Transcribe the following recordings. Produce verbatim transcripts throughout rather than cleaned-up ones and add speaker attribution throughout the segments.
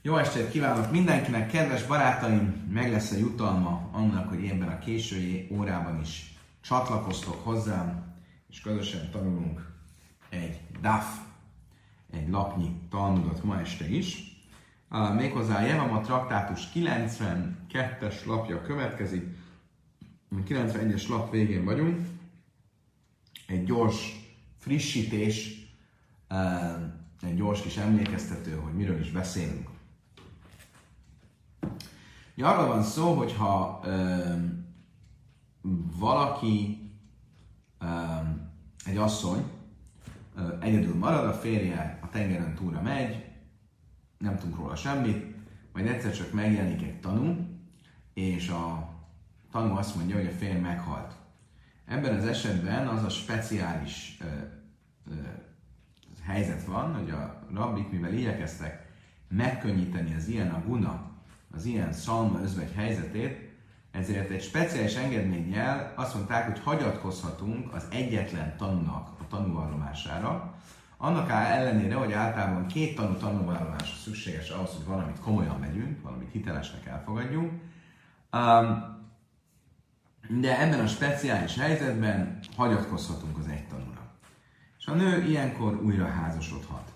Speaker 1: Jó estét kívánok mindenkinek, kedves barátaim! Meg lesz a jutalma annak, hogy ebben a késői órában is csatlakoztok hozzám, és közösen tanulunk egy daf, egy lapnyi Talmudot ma este is. Uh, méghozzá a Jevama traktátus kilencvenkettes lapja következik. kilencvenegyes lap végén vagyunk. Egy gyors frissítés, uh, egy gyors kis emlékeztető, hogy miről is beszélünk. Ja, arról van szó, hogyha um, valaki, um, egy asszony uh, egyedül marad, a férje a tengeren túlra megy, nem tudunk róla semmit, majd egyszer csak megjelenik egy tanú, és a tanú azt mondja, hogy a férj meghalt. Ebben az esetben az a speciális uh, uh, helyzet van, hogy a rabbik, mivel igyekeztek megkönnyíteni az ilyen a guna, az ilyen szalma özvegy helyzetét, ezért egy speciális engedménnyel azt mondták, hogy hagyatkozhatunk az egyetlen tanúnak a tanúvallomására, annak ellenére, hogy általában két tanú tanúvallomása szükséges ahhoz, hogy valamit komolyan vegyünk, valamit hitelesnek elfogadjunk. De ebben a speciális helyzetben hagyatkozhatunk az egy tanúra. És a nő ilyenkor újra házasodhat.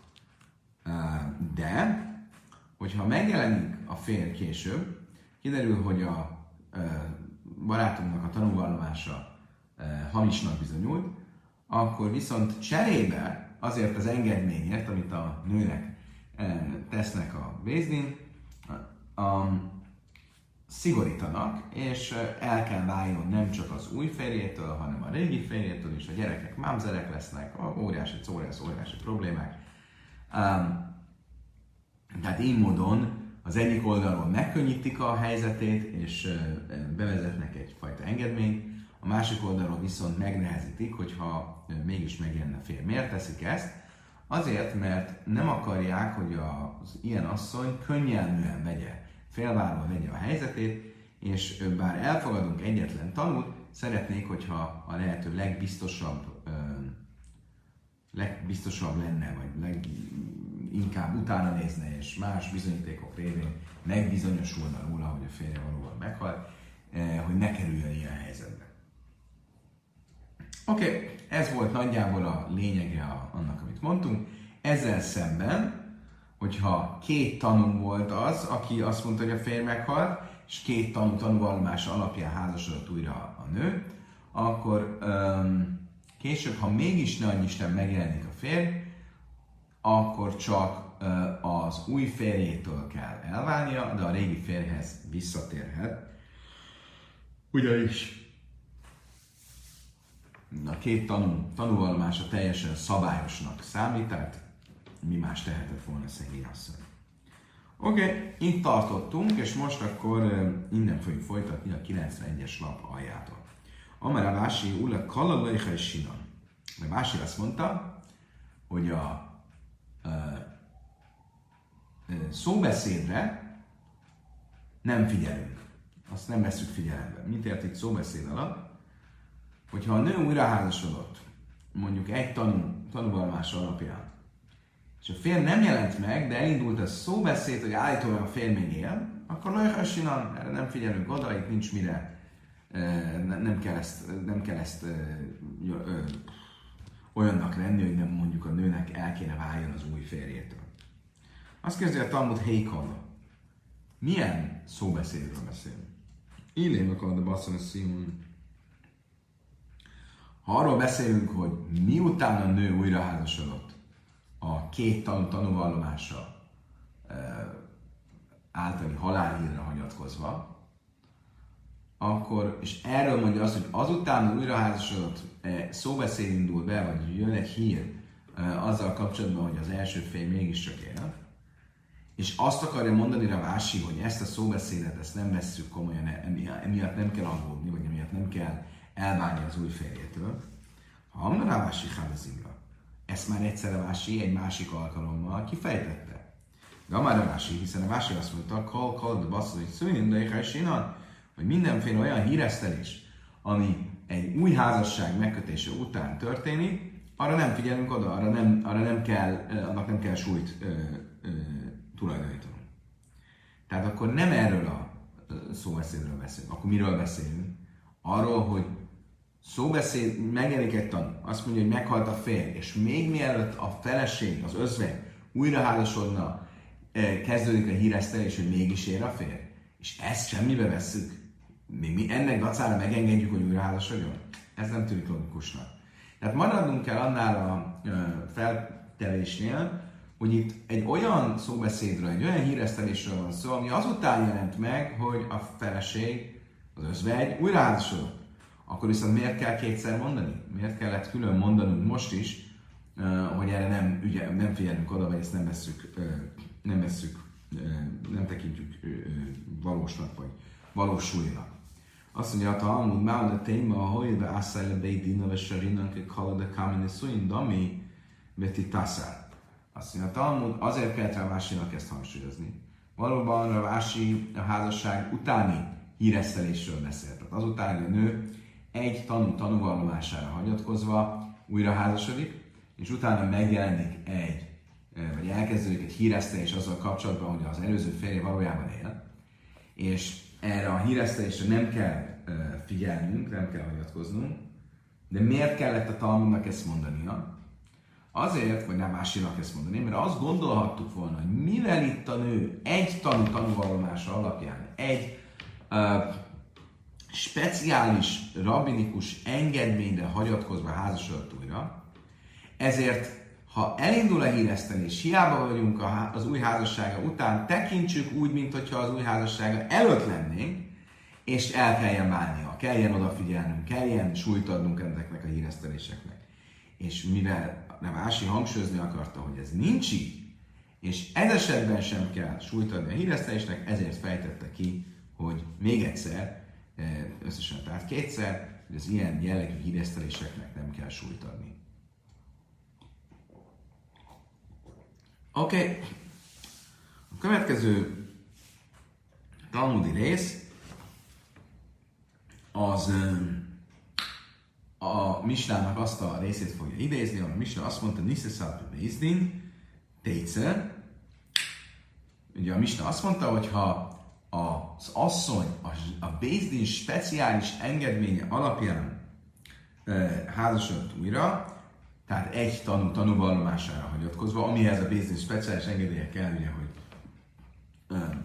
Speaker 1: De, hogyha megjelenik a férj később, kiderül, hogy a barátunknak a tanúvallomása hamisnak bizonyult, akkor viszont cserébe azért az engedményért, amit a nőnek tesznek a bézdin, szigorítanak, és el kell váljon nem csak az új férjétől, hanem a régi férjétől is, a gyerekek mámzerek lesznek, óriási, óriási, óriási problémák. Tehát így módon az egyik oldalról megkönnyítik a helyzetét, és bevezetnek egyfajta engedményt, a másik oldalról viszont megnehezítik, hogyha mégis megjelenne a férj. Miért teszik ezt? Azért, mert nem akarják, hogy az ilyen asszony könnyelműen vegye, félvárva vegye a helyzetét, és bár elfogadunk egyetlen tanút, szeretnék, hogyha a lehető legbiztosabb, legbiztosabb lenne, vagy leginkább utána nézne, és más bizonyítékok révén megbizonyosulna róla, hogy a férje valóban meghalt, hogy ne kerüljön ilyen helyzetbe. Oké, okay, ez volt nagyjából a lényege a, annak, amit mondtunk. Ezzel szemben, hogyha két tanú volt az, aki azt mondta, hogy a férj meghalt, és két tanú tanúvallomása alapján házasodott újra a nő, akkor um, később, ha mégis ne adj Isten megjelenik a férj, akkor csak uh, az új férjétől kell elválnia, de a régi férjhez visszatérhet. Ugyanis a két tanú, tanúvallomása teljesen szabályosnak számít, tehát mi más tehetett volna szegény asszony. Oké, okay, itt tartottunk, és most akkor uh, innen fogjuk folytatni a kilencvenegyes lap aljától. Amár a Vási Ulla Kalalajha és Sinan. A Vási azt mondta, hogy a uh, uh, szóbeszédre nem figyelünk. Azt nem veszük figyelembe. Mit ért itt szóbeszéd alatt? Hogyha a nő újraházasodott, mondjuk egy tanú, tanúvallomása alapján, és a férj nem jelent meg, de elindult a szóbeszéd, hogy állítólag a férj még él, akkor lajhasinan, erre nem figyelünk oda, itt nincs mire, nem kell ezt, nem kell ezt ö, ö, olyannak lenni, hogy nem mondjuk a nőnek el kéne váljon az új férjétől. Azt kezdje a Talmud Heikalla. Milyen szóbeszédről beszélünk? Illének a basszon a szímon. Ha arról beszélünk, hogy miután a nő újraházasodott, a két tanú tanúvallomása e, általi halálhírra hagyatkozva, akkor, és erről mondja azt, hogy azután újraházasodott, e, szóbeszéd indul be, vagy jön egy hír e, azzal kapcsolatban, hogy az első férj mégiscsak él, és azt akarja mondani Ravási, hogy ezt a szóbeszédet, ezt nem vesszük komolyan, emiatt nem kell aggódni, vagy emiatt nem kell elválni az új férjétől. Ha Amna Ravási Hádazimra, ezt már egyszer Ravási egy másik alkalommal kifejtette. De Amar Ravási, hiszen Ravási azt mondta, kal, kal, de basszus, hogy szűnjön, de ihájsinan, hogy mindenféle olyan híresztelés, ami egy új házasság megkötése után történik, arra nem figyelünk oda, arra nem, arra nem kell, annak nem kell súlyt ö, ö, tulajdonítanunk. akkor nem erről a szóbeszédről beszélünk. Akkor miről beszélünk? Arról, hogy szóbeszéd, megjelenik egy tanú, azt mondja, hogy meghalt a férj, és még mielőtt a feleség, az özvegy újra házasodna, kezdődik a híresztelés, hogy mégis ér a férj. És ezt semmibe vesszük. Mi, mi ennek dacára megengedjük, hogy újra házasodjon? Ez nem tűnik logikusnak. Tehát maradnunk kell annál a feltevésnél, hogy itt egy olyan szóbeszédről, egy olyan híresztelésről van szó, ami azután jelent meg, hogy a feleség, az özvegy újra házasodott. Akkor viszont miért kell kétszer mondani? Miért kellett külön mondanunk most is, hogy erre nem, ugye, nem figyelünk oda, vagy ezt nem vesszük, nem vesszük, nem tekintjük valósnak, vagy valósulnak. Azt mondja, hogy a Talmud már a téma, hogy be ászájle beidina, vagy sarinanke kalada kamene szuin, dami beti tászár. Azt mondja, a Talmud azért kellett rá Vásinak ezt hangsúlyozni. Valóban a Vási a házasság utáni híresztelésről beszélt. Tehát azután, hogy a nő egy tanú tanúvallomására hagyatkozva újra házasodik, és utána megjelenik egy, vagy elkezdődik egy híresztelés azzal kapcsolatban, hogy az előző férje valójában él, és erre a híresztelésre nem kell figyelnünk, nem kell hagyatkoznunk, de miért kellett a Talmudnak ezt mondania? Azért, vagy nem Vásinak ezt mondani, mert azt gondolhattuk volna, hogy mivel itt a nő egy tanú tanúvallomása alapján, egy uh, speciális rabbinikus engedményre hagyatkozva házasodott újra, ezért, ha elindul a híresztelés, hiába vagyunk az új házassága után, tekintsük úgy, mintha az új házassága előtt lennénk, és el kelljen válnia, kelljen odafigyelnünk, kelljen súlyt adnunk ezeknek a híreszteléseknek. És mivel Vási hangsúlyozni akarta, hogy ez nincs így, és ez esetben sem kell súlyt adni a híresztelésnek, ezért fejtette ki, hogy még egyszer, összesen tehát kétszer, hogy az ilyen jellegű híreszteléseknek nem kell súlyt adni. Oké, okay. A következő talmudi rész az a Misnának azt a részét fogja idézni, ahol a Misna azt mondta, Niszeszálpi Bézdin, Tétszer. Ugye a Misna azt mondta, hogy ha az asszony a Bézdin speciális engedménye alapján e, házasodott újra, tehát egy tanú tanúvallomására hagyatkozva, amihez a Bézdin speciális engedélye kell, ugye, hogy e,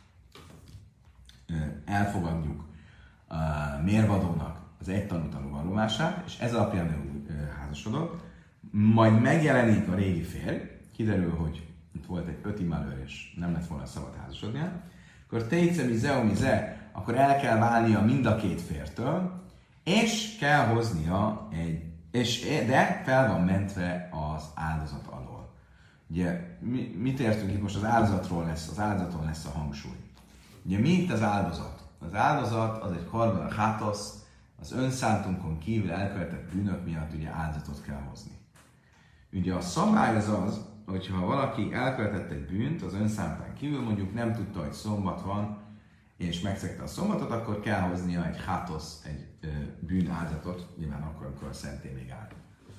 Speaker 1: e, elfogadjuk a mérvadónak az egy tanú tanúvallomását, és ez alapján ő házasodott, majd megjelenik a régi férj, kiderül, hogy itt volt egy öti malőr, és nem lett volna szabad házasodnia, akkor téjce mize, mize, akkor el kell válnia mind a két fértől, és kell hoznia egy, és, de fel van mentve az áldozat alól. Ugye, mi, mit értünk itt most? Az áldozatról lesz, az áldozaton lesz a hangsúly. Ugye mi itt az áldozat? Az áldozat az egy korban hátosz, az önszántunkon kívül elkövetett bűnök miatt ugye áldozatot kell hozni. Ugye a szabály az az, hogyha valaki elkövetett egy bűnt az önszántán kívül, mondjuk nem tudta, hogy szombat van, és megszegte a szombatot, akkor kell hoznia egy hátosz, egy ö, bűnáldozatot, nyilván akkor, amikor a szentély még áll.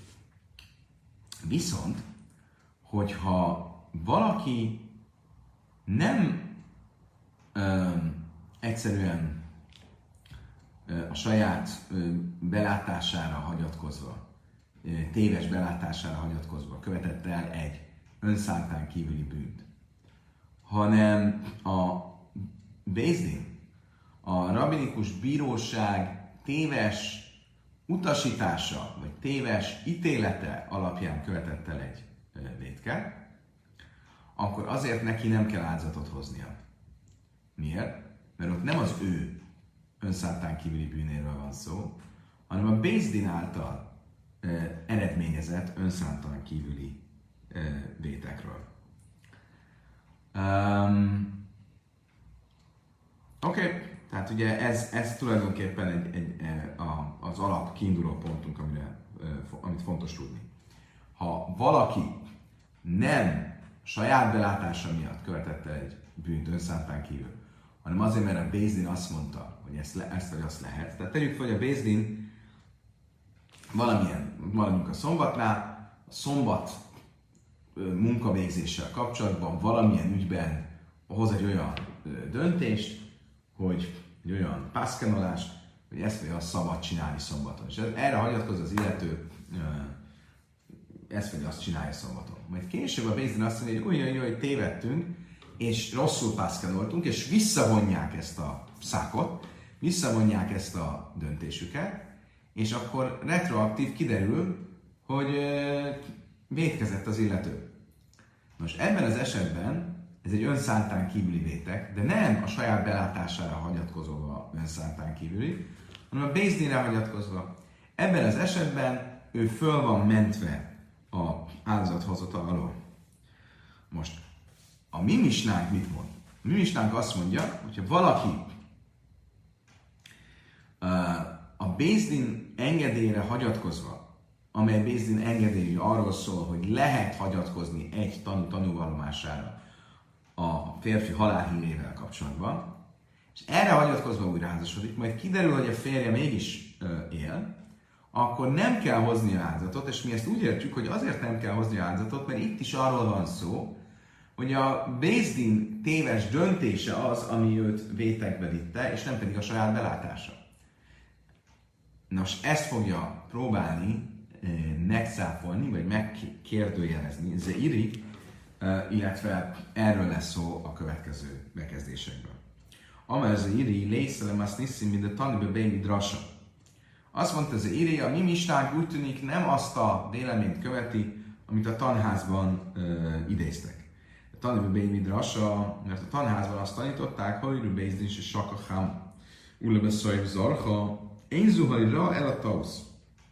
Speaker 1: Viszont, hogyha valaki nem ö, egyszerűen a saját belátására hagyatkozva, téves belátására hagyatkozva követett el egy önszántán kívüli bűnt, hanem a Bézdin, a rabbinikus bíróság téves utasítása, vagy téves ítélete alapján követett el egy vétket, akkor azért neki nem kell áldozatot hoznia. Miért? Mert ott nem az ő önszántán kívüli bűnéről van szó, hanem a Bézdin által eh, eredményezett önszántán kívüli eh, vétekről. Um, Oké, okay. Tehát ugye ez, ez tulajdonképpen egy, egy, a, az alap kiinduló pontunk, amire, amit fontos tudni. Ha valaki nem saját belátása miatt követette egy bűnt önszántán kívül, hanem azért, mert a Bézdin azt mondta, hogy ezt, le, ezt vagy azt lehet. Tehát tegyük fel, hogy a Bézdin valamilyen, valamink a szombatnál, a szombat munkavégzéssel kapcsolatban valamilyen ügyben hoz egy olyan döntést, hogy egy olyan pászkenolást, hogy ezt vagy azt szabad csinálni szombaton. És erre hagyatkoz az illető, ezt vagy azt csinálja szombaton. Majd később a Bézdin azt mondja, hogy olyan jó, hogy tévedtünk, és rosszul pászkenoltunk, és visszavonják ezt a szákot, visszavonják ezt a döntésüket, és akkor retroaktív kiderül, hogy vétkezett az illető. Most ebben az esetben ez egy önszántán kívüli vétek, de nem a saját belátására hagyatkozva önszántán kívüli, hanem a Bézdinre hagyatkozva. Ebben az esetben ő föl van mentve a áldozathozatal alól. Most a mi misnánk mit mond? A mi misnánk azt mondja, hogyha valaki a Bézdin engedélyre hagyatkozva, amely Bézdin engedély arról szól, hogy lehet hagyatkozni egy tanú tanúvallomására a férfi halálhírével kapcsolatban, és erre hagyatkozva újra házasodik, majd kiderül, hogy a férje mégis él, akkor nem kell hozni áldozatot, és mi ezt úgy értjük, hogy azért nem kell hozni áldozatot, mert itt is arról van szó, hogy a Bézdin téves döntése az, ami őt vétekbe vitte, és nem pedig a saját belátása. Nos, ezt fogja próbálni eh, megszáfolni, vagy megkérdőjelezni Zeiri, eh, illetve erről lesz szó a következő bekezdésekben. Amely Zeiri lészelem azt niszim, mint a tanibe bémi drasa. Azt mondta Zeiri, a mi misnánk úgy tűnik nem azt a véleményt követi, amit a tanházban eh, idéztek. A tanibe bémi drasa, mert a tanházban azt tanították, hogy Rubézdin és Sakachám, Ulebe Szajv Zarha, én zuhajra el a tausz.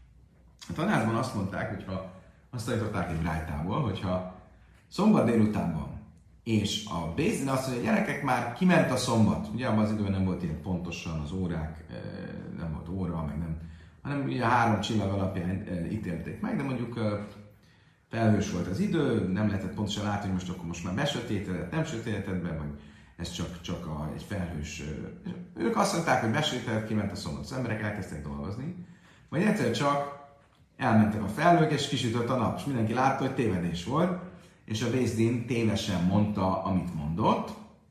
Speaker 1: A tanázban azt mondták, hogyha azt tanították egy brájtából, hogyha szombat délután van, és a Bézdin azt mondja, hogy gyerekek, már kiment a szombat. Ugye abban az időben nem volt ilyen pontosan az órák, nem volt óra, meg nem, hanem ugye a három csillag alapján ítélték meg, de mondjuk felhős volt az idő, nem lehetett pontosan látni, hogy most akkor most már besötétedett, nem sötétedett be, vagy ez csak, csak a, egy felhős... Ők azt mondták, hogy besötétedett, kiment a szombat. Az emberek elkezdtek dolgozni, vagy egyszer csak elmentek a felhők, és kisütött a nap, és mindenki látta, hogy tévedés volt, és a Bézdin tévesen mondta, amit mondott,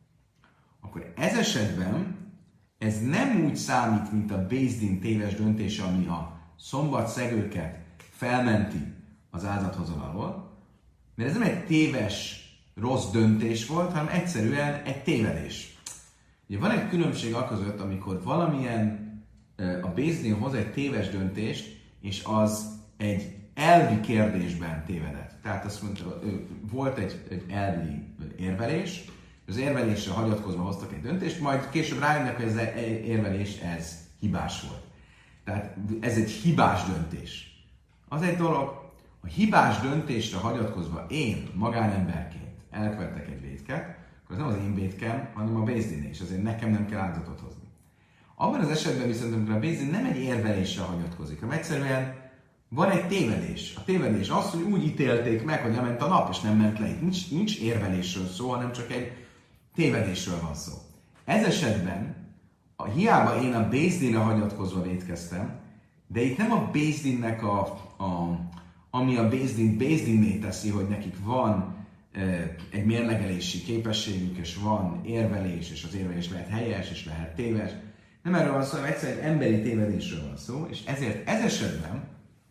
Speaker 1: akkor ez esetben ez nem úgy számít, mint a Bézdin téves döntése, ami a szombatszegőket felmenti az áldozathozatal alól, mert ez nem egy téves, rossz döntés volt, hanem egyszerűen egy tévedés. Ugye van egy különbség aközött, amikor valamilyen a Bézdin hoz egy téves döntést, és az egy elvi kérdésben tévedett. Tehát azt mondta, volt egy, egy elvi érvelés, az érvelésre hagyatkozva hoztak egy döntést, majd később rájönnek, hogy ez az érvelés ez hibás volt. Tehát ez egy hibás döntés. Az egy dolog, a hibás döntésre hagyatkozva én magánemberként elkövettek egy vétket, akkor az nem az én vétkem, hanem a Bézdiné, és azért nekem nem kell áldozatot hozni. Abban az esetben viszont, amikor a Bézdin nem egy érvelésre hagyatkozik, hanem egyszerűen van egy tévedés. A tévedés az, hogy úgy ítélték meg, hogy lement a nap, és nem ment le. Itt nincs, nincs érvelésről szó, hanem csak egy tévedésről van szó. Ez esetben, a, hiába én a Bézdinre hagyatkozva vétkeztem, de itt nem a Bézdinnek a, a ami a Bézdin Bézdinné teszi, hogy nekik van e, egy mérlegelési képességük, és van érvelés, és az érvelés lehet helyes, és lehet téves. Nem erről van szó, hanem egyszerűen egy emberi tévedésről van szó, és ezért ez esetben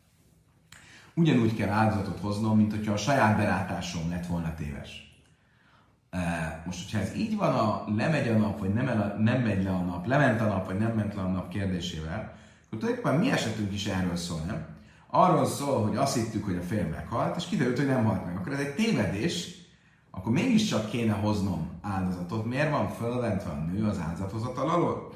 Speaker 1: ugyanúgy kell áldozatot hoznom, mint hogyha a saját belátásom lett volna téves. E, most, hogyha ez így van, a lemegy a nap, vagy nem, el, nem megy le a nap, lement a nap, vagy nem ment le a nap kérdésével, akkor tulajdonképpen mi esetünk is erről szól, nem? Arról szól, hogy azt hittük, hogy a férj meghalt, és kiderült, hogy nem halt meg. Akkor ez egy tévedés, akkor mégiscsak kéne hoznom áldozatot. Miért van fölventve a nő az áldozathozatal alól?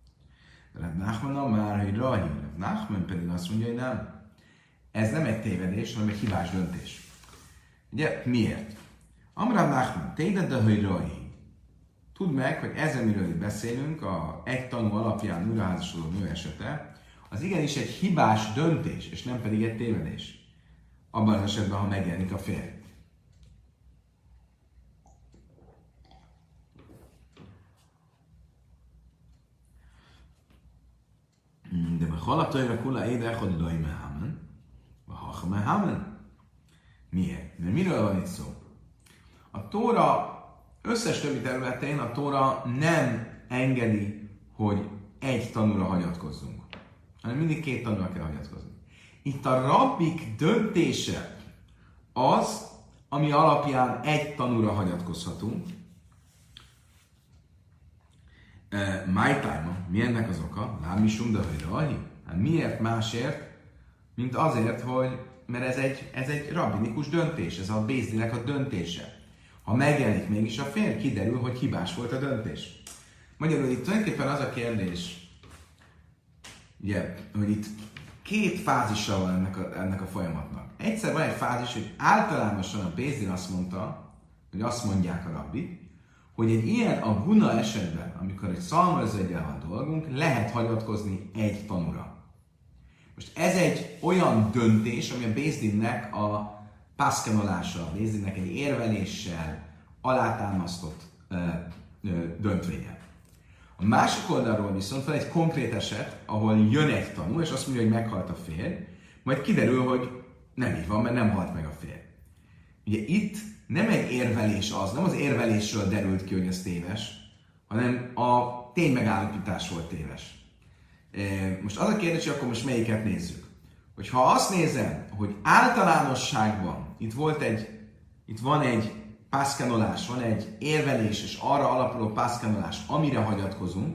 Speaker 1: Rav Nachman már, hogy Rahi, Rav Nachman pedig azt mondja, hogy nem. Ez nem egy tévedés, hanem egy hibás döntés. Ugye, miért? Amrav Nachman, téded, de hogy Rahi. Tudd meg, hogy ez, amiről itt beszélünk, a egy tanú alapján újraházasodó nő esete, az igenis egy hibás döntés, és nem pedig egy tévedés. Abban az esetben, ha megjelenik a férj. De a halaptajra kula éde, hogy laj mehamen, vagy ha mehamen. Miért? Mert miről van itt szó? A Tóra összes többi területén a Tóra nem engedi, hogy egy tanúra hagyatkozzunk, hanem mindig két tanúra kell hagyatkozni. Itt a rabbik döntése az, ami alapján egy tanúra hagyatkozhatunk. Uh, my time, mi ennek az oka? Lámisum, de hogy rajhi? Hát miért másért, mint azért, hogy mert ez egy, ez egy rabbinikus döntés, ez a Bézdinnek a döntése. Ha megjelenik mégis a férj, kiderül, hogy hibás volt a döntés. Magyarul itt tulajdonképpen az a kérdés, ugye, hogy itt két fázisa van ennek a, ennek a folyamatnak. Egyszer van egy fázis, hogy általánosan a Bézdin azt mondta, hogy azt mondják a rabbik, hogy egy ilyen a guna esetben, amikor egy szalmaözvegyel van dolgunk, lehet hagyatkozni egy tanúra. Most ez egy olyan döntés, ami a Bézdinnek a pászkanolása, a Bézdinnek egy érveléssel alátámasztott ö, ö, döntvénye. A másik oldalról viszont van egy konkrét eset, ahol jön egy tanú, és azt mondja, hogy meghalt a férj, majd kiderül, hogy nem így van, mert nem halt meg a férj. Ugye itt nem egy érvelés az, nem az érvelésről derült ki, hogy ez téves, hanem a ténymegállapítás volt téves. Most az a kérdés, hogy akkor most melyiket nézzük. Hogyha azt nézem, hogy általánosságban itt volt egy, itt van egy pászkanolás, van egy érvelés, és arra alapuló pászkanolás, amire hagyatkozunk,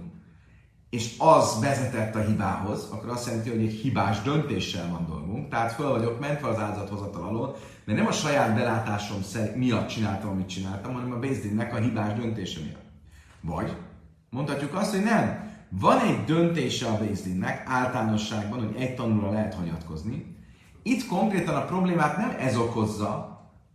Speaker 1: és az vezetett a hibához, akkor azt jelenti, hogy egy hibás döntéssel van dolgunk, tehát föl vagyok mentve az áldozathozatal alól, mert nem a saját belátásom miatt csináltam, amit csináltam, hanem a Bézdinnek a hibás döntése miatt. Vagy mondhatjuk azt, hogy nem. Van egy döntése a Bézdinnek általánosságban, hogy egy tanúra lehet hagyatkozni. Itt konkrétan a problémát nem ez okozza,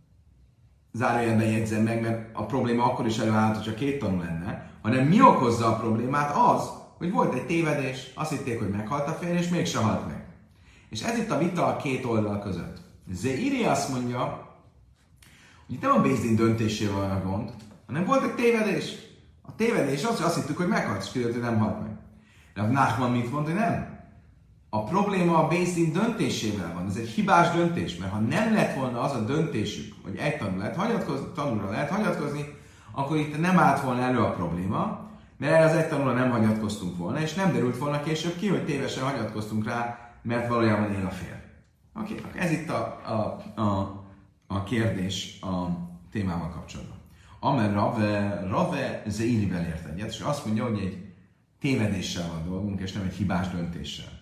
Speaker 1: zárójelben jegyzem meg, mert a probléma akkor is előállt, hogyha két tanú lenne, hanem mi okozza a problémát az, hogy volt egy tévedés, azt hitték, hogy meghalt a férj, és mégse halt meg. És ez itt a vita a két oldal között. Zeiri azt mondja, hogy itt nem a Bézdin döntésével van a gond, hanem volt egy tévedés. A tévedés az, hogy azt hittük, hogy meghalt, és kiderült, hogy nem halt meg. De a Nachman mit mond, hogy nem? A probléma a Bézdin döntésével van. Ez egy hibás döntés, mert ha nem lett volna az a döntésük, hogy egy tanú lehet hagyatkozni, tanúra lehet hagyatkozni, akkor itt nem állt volna elő a probléma, mert erre az egy tanúra nem hagyatkoztunk volna, és nem derült volna később ki, hogy tévesen hagyatkoztunk rá, mert valójában él a férj. Oké, okay, ez itt a, a, a, a kérdés a témával kapcsolatban. Amen Rave, Rave Zeirivel ért egyet, és azt mondja, hogy egy tévedéssel van dolgunk, és nem egy hibás döntéssel.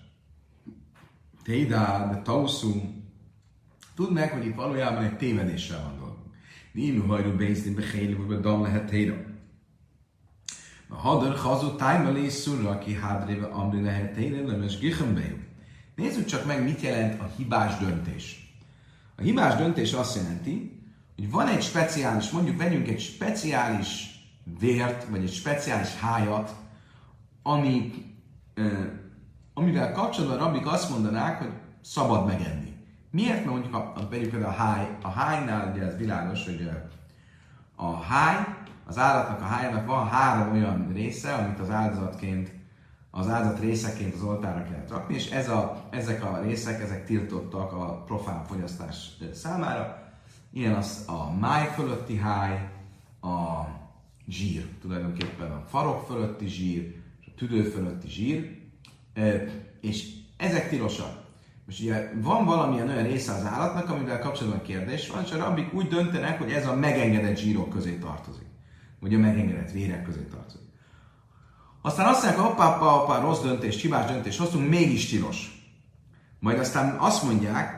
Speaker 1: Tédád, Tauszú, tudd meg, hogy itt valójában egy tévedéssel van dolgunk. Nímű hajrú Bézdin bechéli, vagy dam lehet téra. A hadar hazú tájmelé szurra, aki hádréve amri lehet téra, nem és gichenbejú. Nézzük csak meg, mit jelent a hibás döntés. A hibás döntés azt jelenti, hogy van egy speciális, mondjuk vegyünk egy speciális vért, vagy egy speciális hájat, ami, euh, amivel kapcsolatban a rabbik azt mondanák, hogy szabad megenni. Miért? Mert mondjuk a, a, vegyük például a háj. A hájnál ugye ez világos, hogy a háj, az állatnak a hájának van három olyan része, amit az áldozatként, az áldozat részeként az oltárra kellett rakni, és ez a, ezek a részek, ezek tiltottak a profán fogyasztás számára. Ilyen az a máj fölötti háj, a zsír, tulajdonképpen a farok fölötti zsír, a tüdő fölötti zsír, és ezek tilosak. Most ugye van valamilyen olyan része az állatnak, amivel kapcsolatban kérdés van, és a rabbik úgy döntenek, hogy ez a megengedett zsírok közé tartozik. Vagy a megengedett vérek közé tartozik. Aztán azt mondják, hogy hoppá, hoppá, hoppá, rossz döntés, hibás döntés hoztunk, mégis tilos. Majd aztán azt mondják,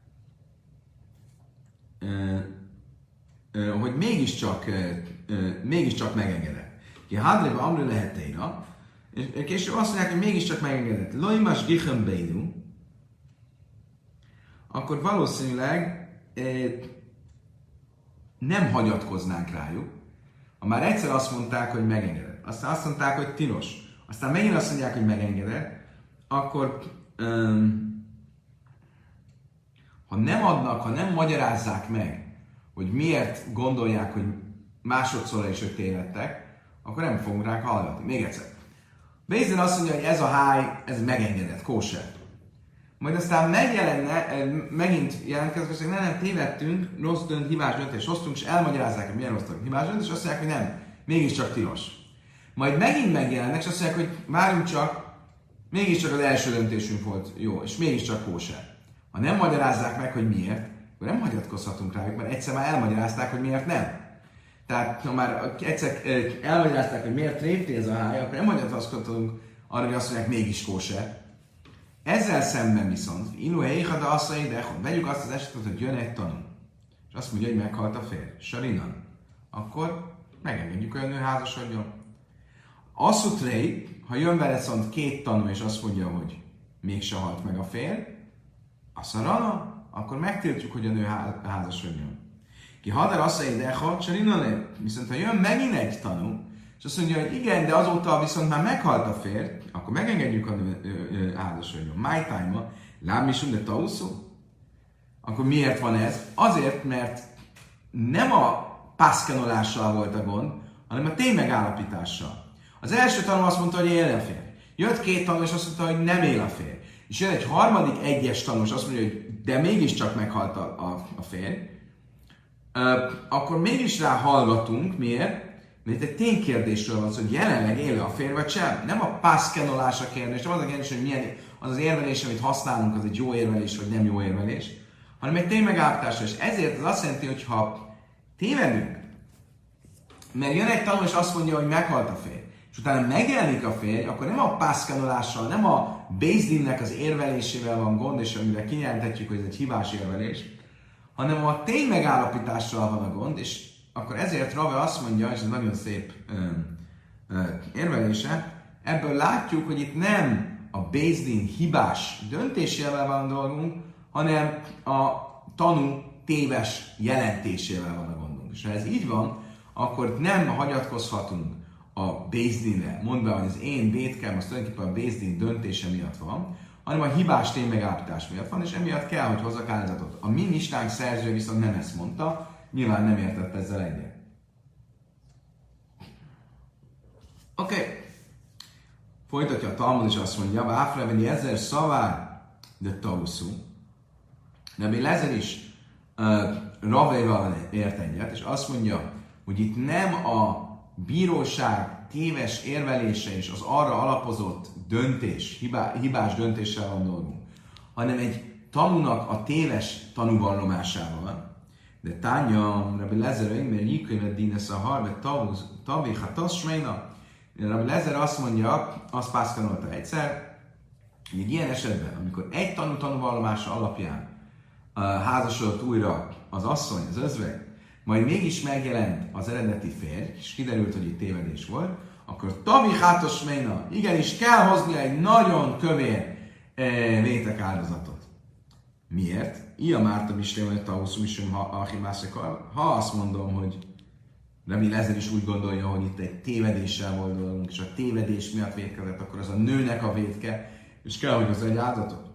Speaker 1: hogy mégiscsak, mégiscsak megengedett. Ki hádrébe amrő lehet téra, és később azt mondják, hogy mégiscsak megengedett. Lojmas gichem beidú, akkor valószínűleg nem hagyatkoznánk rájuk. Ha már egyszer azt mondták, hogy megengedett, aztán azt mondták, hogy tilos, aztán megint azt mondják, hogy megengedett, akkor um, ha nem adnak, ha nem magyarázzák meg, hogy miért gondolják, hogy másodszorra is ők tévedtek, akkor nem fogunk rá hallgatni. Még egyszer. Bézdin azt mondja, hogy ez a háj, ez megengedett, kóser. majd aztán megjelenne, megint jelentkezik, hogy nem, nem, tévedtünk, rossz dönt, hibás döntés hoztunk, és elmagyarázzák, hogy milyen rossz dönt, hibás döntés, és azt mondják, hogy nem, mégiscsak tilos. Majd megint megjelennek, és azt mondják, hogy várjunk csak, mégiscsak az első döntésünk volt jó, és mégiscsak kóser. Ha nem magyarázzák meg, hogy miért, akkor nem hagyatkozhatunk rájuk, mert egyszer már elmagyarázták, hogy miért nem. Tehát, ha már egyszer elmagyarázták, hogy miért tréfti ez a hája, akkor nem hagyatkozhatunk arra, hogy azt mondják, mégis kóser. Ezzel szemben viszont, inu heicha da asszai, de vegyük azt az esetet, hogy jön egy tanú, és azt mondja, hogy meghalt a férj, sarinan, akkor megengedjük, hogy a nő házasodjon. Asszutrei, ha jön vele viszont két tanú, és azt mondja, hogy mégse halt meg a férj, a szarana, akkor megtiltjuk, hogy a nő házasodjon. Ki hadar asszai, de ha sarinan, viszont ha jön megint egy tanú, és azt mondja, hogy igen, de azóta viszont már meghalt a férj, akkor megengedjük a nő házasodjon. My time-a, lábmisum de tauszú. Akkor miért van ez? Azért, mert nem a pászkanolással volt a gond, hanem a ténymegállapítással. Az első tanú azt mondta, hogy él a férj. Jött két tanú, és azt mondta, hogy nem él a férj. És jön egy harmadik egyes tanú, és azt mondja, hogy de mégiscsak meghalt a, a, a férj. Uh, akkor mégis rá hallgatunk. Miért? Mert itt egy ténykérdésről van szó, hogy jelenleg élő a férj vagy sem. Nem a pászkenolás a kérdés, nem az a kérdés, hogy milyen az az érvelés, amit használunk, az egy jó érvelés, vagy nem jó érvelés, hanem egy ténymegállapításra. És ezért az azt jelenti, hogy ha tévedünk, mert jön egy tanú, és azt mondja, hogy meghalt a férj, és utána megjelenik a férj, akkor nem a pászkenolással, nem a Bézdinnek az érvelésével van gond, és amire kijelenthetjük, hogy ez egy hibás érvelés, hanem a ténymegállapítással van a gond, és akkor ezért Rave azt mondja, és ez nagyon szép ö, ö, érvelése, ebből látjuk, hogy itt nem a Bézdin hibás döntésével van a dolgunk, hanem a tanú téves jelentésével van a gondunk. És ha ez így van, akkor nem hagyatkozhatunk a Bézdinre, mondva, hogy az én vétkem, az tulajdonképpen a Bézdin döntése miatt van, hanem a hibás ténymegállapítás miatt van, és emiatt kell, hogy hozzak áldozatot. A mi mistánk szerzője viszont nem ezt mondta, nyilván nem értett ezzel egyet. Oké. Okay. Folytatja a Talmud, és azt mondja, Áfreveni ezer szavár, de tauszú. Rabbi Lezer is uh, Ravéval ért egyet, és azt mondja, hogy itt nem a bíróság téves érvelése és az arra alapozott döntés, hibá, hibás döntéssel van dolgunk, hanem egy tanúnak a téves tanúvallomásával. De Tánya, Rabbi Lezer, mert jikönyvet dínesz a harve tavé, ha tasmejna. Rabbi Lezer azt mondja, azt pászkanolta egyszer, hogy egy ilyen esetben, amikor egy tanú tanúvallomása alapján uh, házasodott újra az asszony, az özvegy, majd mégis megjelent az eredeti férj, és kiderült, hogy itt tévedés volt, akkor tavi hátos ména, igenis kell hoznia egy nagyon kövér eh, vétek áldozatot. Miért? Ia Márta Mislém, hogy Tauszum is Achimászekar. Ha azt mondom, hogy Rabbi Lezer is úgy gondolja, hogy itt egy tévedéssel volt dolgunk, és a tévedés miatt vétkezett, akkor az a nőnek a vétke, és kell, hogy az egy áldozatot.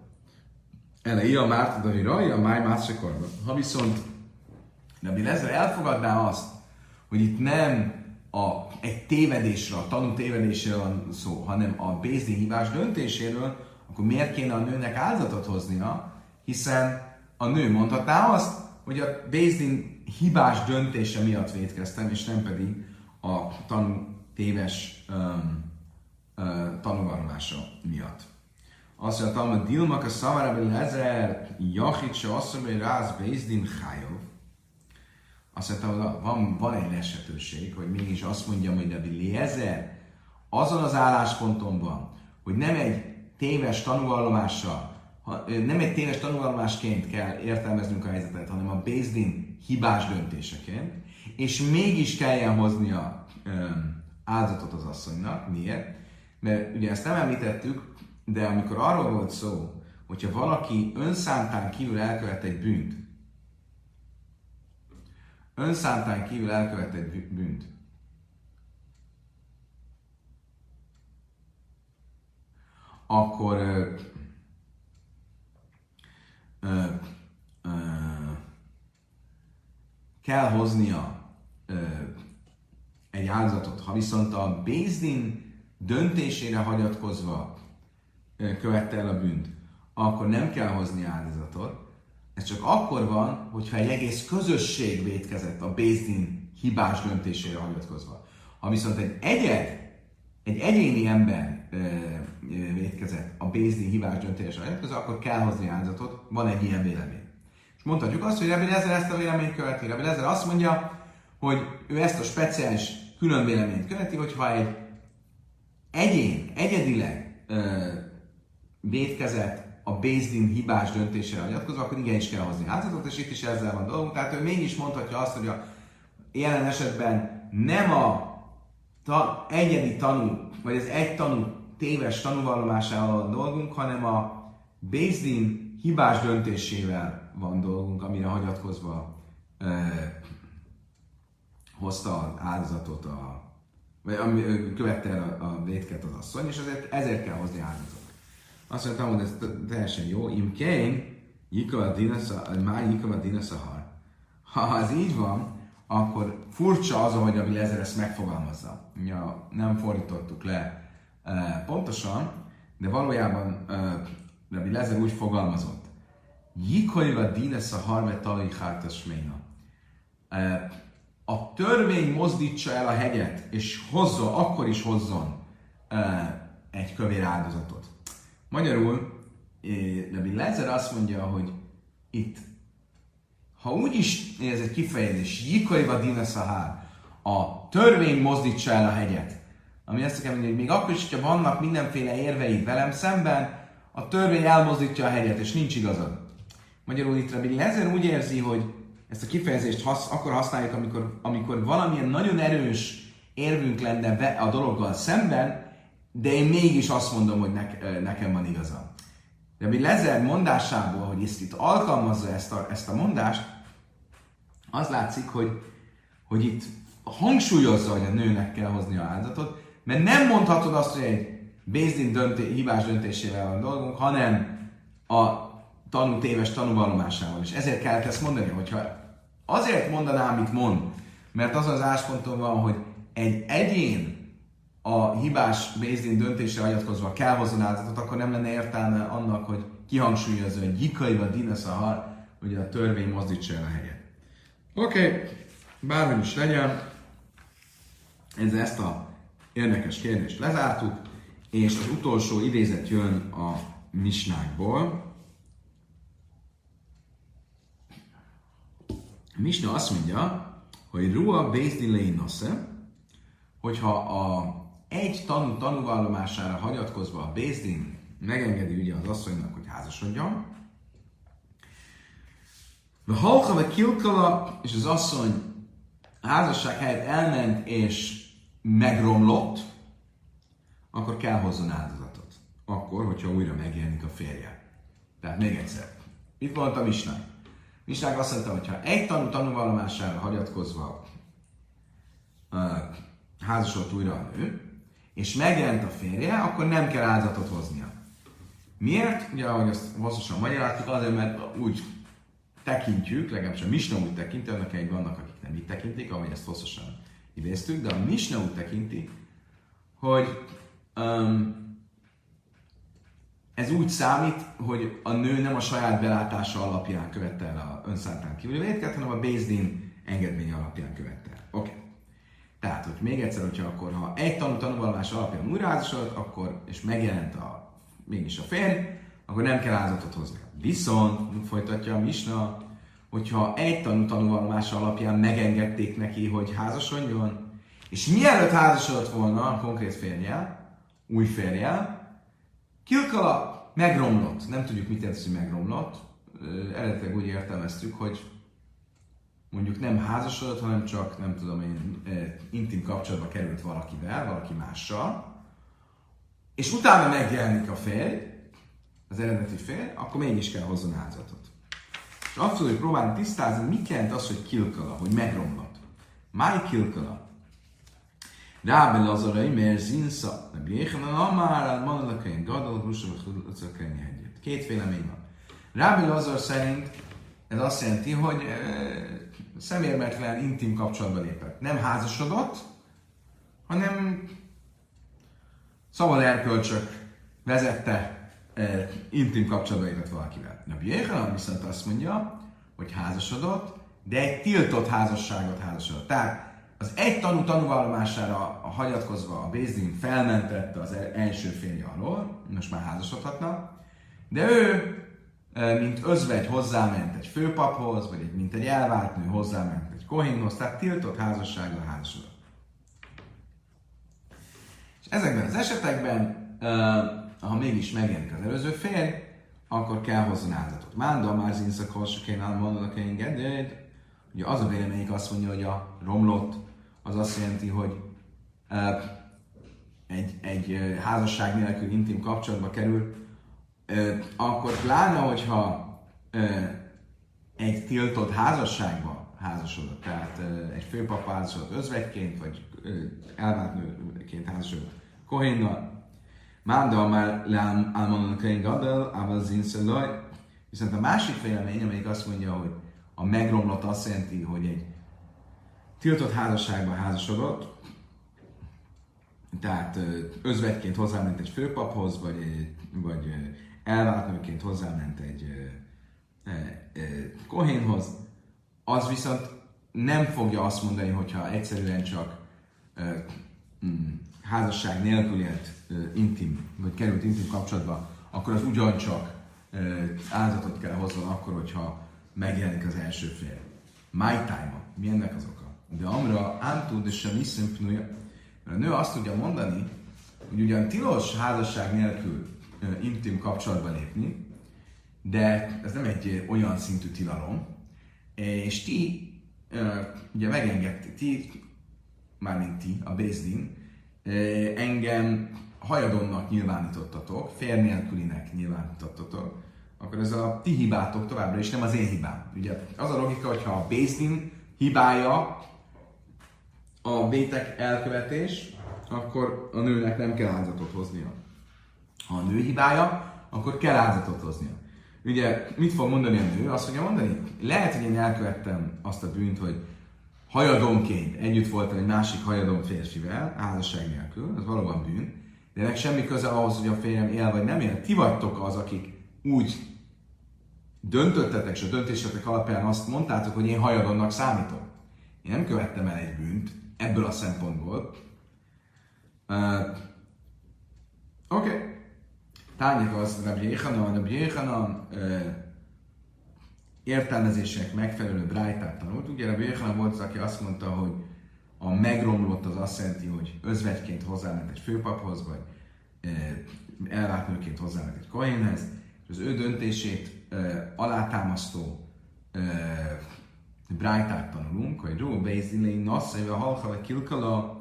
Speaker 1: Ele Ia Márta Davira, Ia Máj Mászekar. Ha viszont Rabbi Lezer elfogadná azt, hogy itt nem a, egy tévedésről, a tanú tévedésről van szó, hanem a Bézdin hibás döntéséről, akkor miért kéne a nőnek áldozatot hoznia? Hiszen a nő mondhatná azt, hogy a Bézdin hibás döntése miatt vétkeztem, és nem pedig a tanú téves um, uh, tanúvallomása miatt. Azt mondja, hogy Dilmak a szavára Rabbi Lezer, Jachitsa asszony, hogy ráz Bézdin Chájov. Azt mondta, hogy van, van egy lehetőség, hogy mégis azt mondjam, hogy Rabbi Lezer azon az állásponton van, hogy nem egy téves tanúvallomással, nem egy téves tanúvallomásként kell értelmeznünk a helyzetet, hanem a Bézdin hibás döntéseként, és mégis kelljen hoznia um, áldozatot az asszonynak. Miért? Mert ugye ezt nem említettük, de amikor arról volt szó, hogyha valaki önszántán kívül elkövet egy bűnt, önszántán kívül elkövet egy bűnt, akkor ö, ö, ö, kell hoznia ö, egy áldozatot. Ha viszont a Bézdin döntésére hagyatkozva ö, követte el a bűnt, akkor nem kell hozni áldozatot. Ez csak akkor van, hogyha egy egész közösség vétkezett a Béz Din hibás döntésére hagyatkozva. Ha viszont egy egyed, egy egyéni ember ö, ö, vétkezett a Béz Din hibás döntésére hagyatkozva, akkor kell hozni áldozatot, van egy ilyen vélemény. És mondhatjuk azt, hogy Rabbi Lezer ezt a véleményt követi. Rabbi Lezer azt mondja, hogy ő ezt a speciális külön véleményt követi, hogyha egy egyén, egyedileg ö, vétkezett a Béz Din hibás döntésére hagyatkozva, akkor igenis kell hozni áldozatot, és itt is ezzel van dolgunk. Tehát ő mégis mondhatja azt, hogy a jelen esetben nem a ta, egyedi tanú, vagy az egy tanú téves tanúvallomásával van dolgunk, hanem a Béz Din hibás döntésével van dolgunk, amire hagyatkozva eh, hozta az áldozatot, a, vagy ami követte el a, a vétket az asszony, és ezért, ezért kell hozni áldozatot. Azt mondtam, hogy ez teljesen jó. Im kén, jikava dinaszahar. Ha ez így van, akkor furcsa az, ahogy Rabbi Lezer ezt megfogalmazza. Ja, nem fordítottuk le e, pontosan, de valójában e, Rabbi Lezer úgy fogalmazott. Jikava dinaszahar ve talai hártas ména. A törvény mozdítsa el a hegyet, és hozzon, akkor is hozzon e, egy kövér áldozatot. Magyarul, Rabbi Lezer azt mondja, hogy itt, ha úgy is ez egy kifejezés, jikaiva dinaszahár, a törvény mozdítsa el a hegyet, ami azt kell mondani, hogy még akkor is, hogyha vannak mindenféle érveid velem szemben, a törvény elmozdítja a hegyet, és nincs igazad. Magyarul itt Rabbi Lezer úgy érzi, hogy ezt a kifejezést hasz, akkor használjuk, amikor, amikor valamilyen nagyon erős érvünk lenne a dologgal szemben, de én mégis azt mondom, hogy ne, nekem van igazam. Rabbi Lezer mondásából, hogy ezt itt alkalmazza ezt a, ezt a mondást, az látszik, hogy, hogy itt hangsúlyozza, hogy a nőnek kell hozni a áldozatot, mert nem mondhatod azt, hogy egy Béz Din dönté, hibás döntésével van dolgunk, hanem a tanú téves tanúvallomásával. És ezért kellett ezt mondani, hogyha azért mondanám, amit mond, mert az az állásponton van, hogy egy egyén a hibás Béz Din döntésre hagyatkozva kell hozni áldozatot, akkor nem lenne értelme annak, hogy kihangsúlyozza, hogy jikaiva dinaszahar, hogy a törvény mozdítsa el a helyet. Oké, okay. Bárhogy is legyen, ez ezt a érdekes kérdést lezártuk, és az utolsó idézet jön a misnákból. A misna azt mondja, hogy Rua Béz Din leinosze, hogyha a egy tanú tanúvallomására hagyatkozva a Béz Din megengedi ugye az asszonynak, hogy házasodjon, de halka vagy kilkala, és az asszony a házasság helyett elment és megromlott, akkor kell hozzon áldozatot. Akkor, hogyha újra megjelenik a férje. Tehát még egyszer. Itt volt a misnák. Misnák azt mondta, hogy ha egy tanú tanúvallomására hagyatkozva uh, házasodott újra a nő, és megjelent a férje, akkor nem kell áldozatot hoznia. Miért? Ugye, ahogy azt hosszasan magyaráztuk, azért, mert úgy tekintjük, legalábbis a misna úgy tekinti, annak egy vannak, akik nem így tekintik, ahogy ezt hosszasan idéztük, de a misna úgy tekinti, hogy um, ez úgy számít, hogy a nő nem a saját belátása alapján követte el a önszántán kívüli vétket, hanem a Béz Din engedmény alapján követte el. Oké. Okay. Tehát, hogy még egyszer, hogyha akkor, ha egy tanú tanúvallomás alapján újraházasodott, akkor, és megjelent a, mégis a férj, akkor nem kell áldozatot hozni. Viszont, folytatja a misna, hogyha egy tanú tanúvallomása alapján megengedték neki, hogy házasodjon, és mielőtt házasodott volna a konkrét férjel, új férjel, kilkala megromlott. Nem tudjuk, mit jelent, hogy megromlott. Eredetileg úgy értelmeztük, hogy mondjuk nem házasodott, hanem csak, nem tudom én, intim kapcsolatba került valakivel, valaki mással, és utána megjelenik a férj, az eredeti férj, akkor mégis kell hozzon áldozatot. És abszolút próbálni tisztázni, mit jelent az, hogy kilkala, hogy megromlott. Máj kilkala. Rábe Lazarai, mert zinsza, ne bjéhenan, amárán, manalakain, gadol, húsavak, húszakány hegyet. Két vélemény van. Rábe Lazar szerint ez azt jelenti, hogy e, szemérmetlen, intim kapcsolatba lépett. Nem házasodott, hanem szabad erkölcsök vezette e, intim kapcsolatba lépett valakivel. Rabbi Jéhanan viszont azt mondja, hogy házasodott, de egy tiltott házasságot házasodott. Tehát az egy tanú tanúvallomására hagyatkozva a Bézdin felmentette az első férje alól, most már házasodhatna, de ő, mint özvegy hozzáment egy főpaphoz, vagy egy, mint egy elvált nő hozzáment egy kohénhoz, tehát tiltott házasságra házasodott. És ezekben az esetekben, ha mégis megjelenik az előző férj, akkor kell hozzon áldozatot. Mánda, már zinszak, holsakén, álmondok, én gedőd. Ugye az a véleményik azt mondja, hogy a romlott az azt jelenti, hogy uh, egy, egy uh, házasság nélkül intim kapcsolatba kerül, uh, akkor pláne, hogyha uh, egy tiltott házasságba házasodott, tehát uh, egy főpap házasodott özvegyként, vagy uh, elvált nőként házasodott kohénnal, Mánda már álmondani könyv gadel, ával zinszelaj. Viszont a másik vélemény, amelyik azt mondja, hogy a megromlott azt jelenti, hogy egy tiltott házasságban házasodott, tehát özvegyként hozzáment egy főpaphoz, vagy, vagy elvált nőként hozzáment egy kohénhoz, az viszont nem fogja azt mondani, hogyha egyszerűen csak házasság nélkül élt intim, vagy került intim kapcsolatba, akkor az ugyancsak áldozatot kell hozzon akkor, hogyha megjelenik az első fél. My time, mi ennek az oka? De amra ántud és sem iszempnúja, mert a nő azt tudja mondani, hogy ugyan tilos házasság nélkül intim kapcsolatba lépni, de ez nem egy olyan szintű tilalom, és ti ugye megengedti, ti, mármint ti, a Bézdin, engem hajadonnak nyilvánítottatok, férj nélkülinek nyilvánítottatok, akkor ez a ti hibátok továbbra is, nem az én hibám. Ugye az a logika, hogyha a Bézdin hibája a vétek elkövetés, akkor a nőnek nem kell áldozatot hoznia. Ha a nő hibája, akkor kell áldozatot hoznia. Ugye mit fog mondani a nő? Azt fogja mondani, lehet, hogy én elkövettem azt a bűnt, hogy hajadonként együtt voltam egy másik hajadon férfivel, házasság nélkül, ez valóban bűn, de ennek semmi köze ahhoz, hogy a férjem él vagy nem él. Ti vagytok az, akik úgy döntöttetek, és a döntésetek alapján azt mondtátok, hogy én hajadonnak számítok. Én nem követtem el egy bűnt ebből a szempontból. Uh, Oké. Okay. Tányik az Rabbi Jéhanan, Rabbi Jéhanan uh, értelmezések megfelelő brájtát tanult. Ugye Rabbi Jéhanan volt az, aki azt mondta, hogy a megromlott az azt jelenti, hogy özvegyként hozzáment egy főpaphoz, vagy uh, elvált nőként hozzáment egy kohénhez, és az ő döntését uh, alátámasztó uh, brájtát tanulunk, hogy Ró Bézdinlé nasszaival halkala kilkala.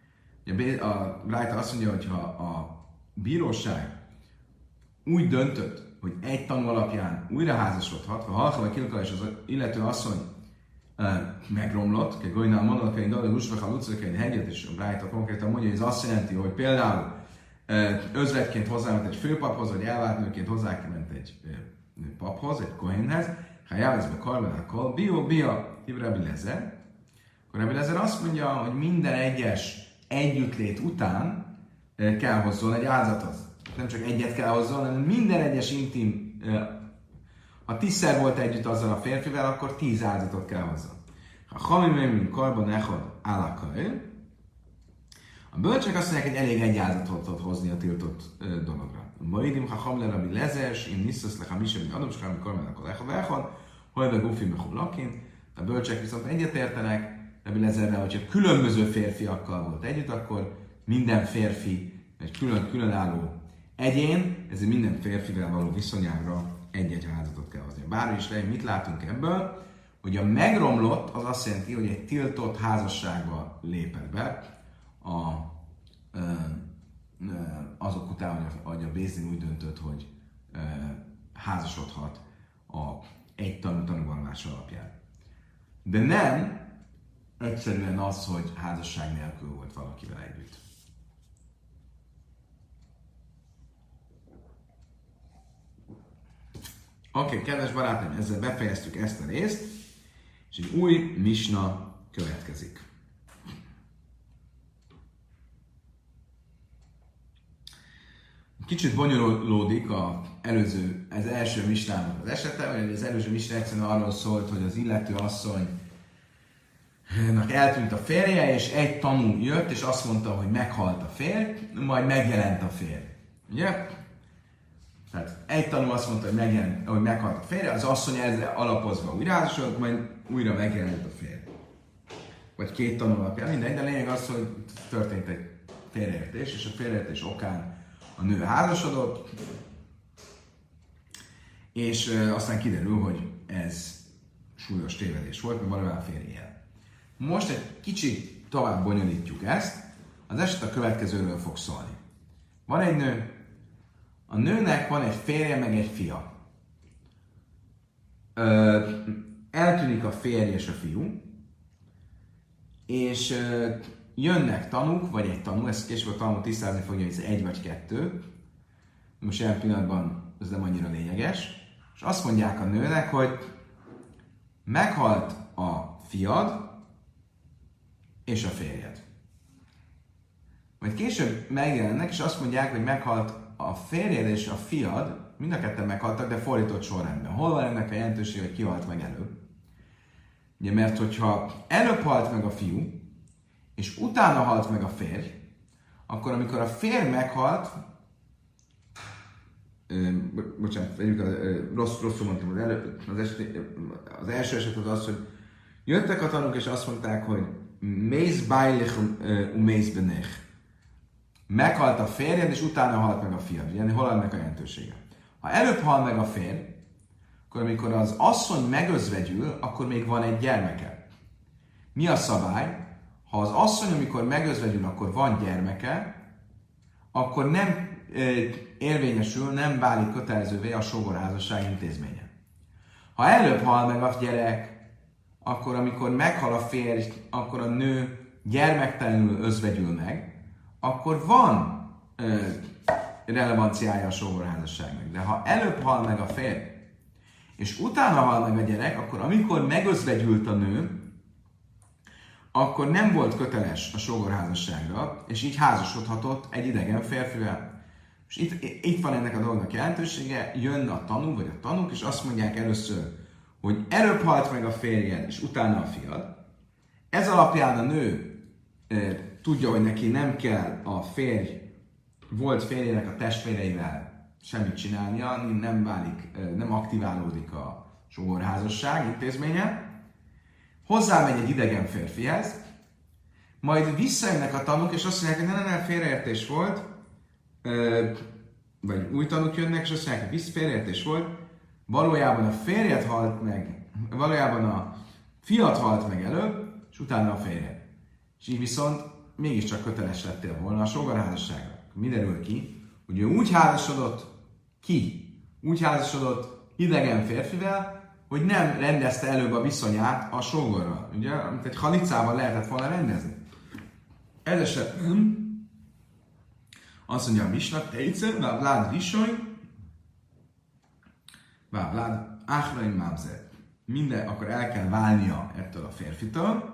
Speaker 1: A brájta azt mondja, hogy ha a bíróság úgy döntött, hogy egy tanú alapján újra házasodhat, ha halkala kilkala és az illető asszony uh, megromlott, hogy Golinál mondanak, hogy Dalai Lusvach a Lucak egy hegyet, és a brájta konkrétan mondja, hogy ez azt jelenti, hogy például uh, özvegyként hozzáment egy főpaphoz, vagy elvált nőként hozzáment egy uh, paphoz, egy kohénhez, ha jelezve karmenákkal, bio, bia, hív Rabbi Lezer, akkor Rabbi Lezer azt mondja, hogy minden egyes együttlét után kell hozzon egy áldozatot. Nem csak egyet kell hozzon, hanem minden egyes intim, ha tízszer volt együtt azzal a férfivel, akkor tíz áldozatot kell hozzon. Ha hamimém karban echad állakail, a bölcsek azt mondják, hogy elég egy áldozatot hozni a tiltott dologra. Maidim, ha hamle Rabbi Lezer, én nisztasz le, ha misem, mint adom, és ha amikor mennek echad echad, hogy a gufi mechulakin. A bölcsek viszont egyetértenek, Rabbi Lezerrel, hogyha különböző férfiakkal volt együtt, akkor minden férfi egy külön, különálló egyén, ezért minden férfivel való viszonyára egy-egy áldozatot kell hozni. Bár is legyen, mit látunk ebből, hogy a megromlott az azt jelenti, hogy egy tiltott házasságba lépett be a, ö, ö, azok után, hogy a, hogy a Bézdin úgy döntött, hogy ö, házasodhat a egy tanú tanúvallomás alapján. De nem egyszerűen az, hogy házasság nélkül volt valakivel együtt. Oké, okay, kedves barátaim, ezzel befejeztük ezt a részt, és egy új misna következik. kicsit bonyolódik az előző, az első misnának az esete, vagy az előző misna egyszerűen arról szólt, hogy az illető asszonynak eltűnt a férje, és egy tanú jött, és azt mondta, hogy meghalt a férj, majd megjelent a férj. Ugye? Tehát egy tanú azt mondta, hogy, megjelent, hogy meghalt a férje, az asszony ezzel alapozva újraházasodott, majd újra megjelent a férj. Vagy két tanú alapján, mindegy, de a lényeg az, hogy történt egy félreértés, és a félreértés okán a nő házasodott, és ö, aztán kiderül, hogy ez súlyos tévedés volt, mert valójában férj él. Most egy kicsit tovább bonyolítjuk ezt, az eset a következőről fog szólni. Van egy nő, a nőnek van egy férje, meg egy fia. Ö, eltűnik a férj és a fiú, és ö, jönnek tanúk, vagy egy tanú, ezt később a tanú tisztázni fogja, hogy ez egy vagy kettő. Most jelen pillanatban ez nem annyira lényeges. És azt mondják a nőnek, hogy meghalt a fiad és a férjed. Majd később megjelennek, és azt mondják, hogy meghalt a férjed és a fiad, mind a ketten meghaltak, de fordított sorrendben. Hol van ennek a jelentősége, hogy ki halt meg előbb? Ugye, mert hogyha előbb halt meg a fiú, és utána halt meg a férj, akkor amikor a férj meghalt, ö, bocsánat, vegyük, ö, rossz, rosszul mondtam, az, elő, az, eset, az első eset az az, hogy jöttek a tanúk, és azt mondták, hogy mész bájlich u mész benech. Meghalt a férjed, és utána halt meg a fiad. Ugye, hol ennek a jelentősége? Ha előbb hal meg a férj, akkor amikor az asszony megözvegyül, akkor még van egy gyermeke. Mi a szabály? Ha az asszony, amikor megözvegyül, akkor van gyermeke, akkor nem e, érvényesül, nem válik kötelezővé a sógorházasság intézménye. Ha előbb hal meg a gyerek, akkor amikor meghal a férj, akkor a nő gyermektelenül özvegyül meg, akkor van e, relevanciája a sógorházasságnak. De ha előbb hal meg a férj, és utána hal meg a gyerek, akkor amikor megözvegyült a nő, akkor nem volt köteles a sógorházasságra, és így házasodhatott egy idegen férfivel. És itt, itt van ennek a dolognak jelentősége, jön a tanú, vagy a tanúk, és azt mondják először, hogy előbb halt meg a férjed, és utána a fiad. Ez alapján a nő e, tudja, hogy neki nem kell a férj, volt férjének a testvéreivel semmit csinálnia, nem válik, e, nem aktiválódik a sógorházasság intézménye. Hozzámegy egy idegen férfihez, majd visszajönnek a tanúk, és azt mondják, hogy ne, ne, ne, félreértés volt, vagy új tanúk jönnek, és azt mondják, hogy félreértés volt, valójában a férjed halt meg, valójában a fiat halt meg előbb, és utána a férjed. És így viszont mégiscsak köteles lettél volna a sógorházasságra. Mi derül ki? Hogy ő úgy házasodott ki, úgy házasodott idegen férfivel, hogy nem rendezte előbb a viszonyát a sógorral. Ugye, amit egy halicával lehetett volna rendezni. Ez esetben azt mondja a misna, tejtszer, vá vlád visoly, vá vlád áhraim mámzer. Minden, akkor el kell válnia ettől a férfitől,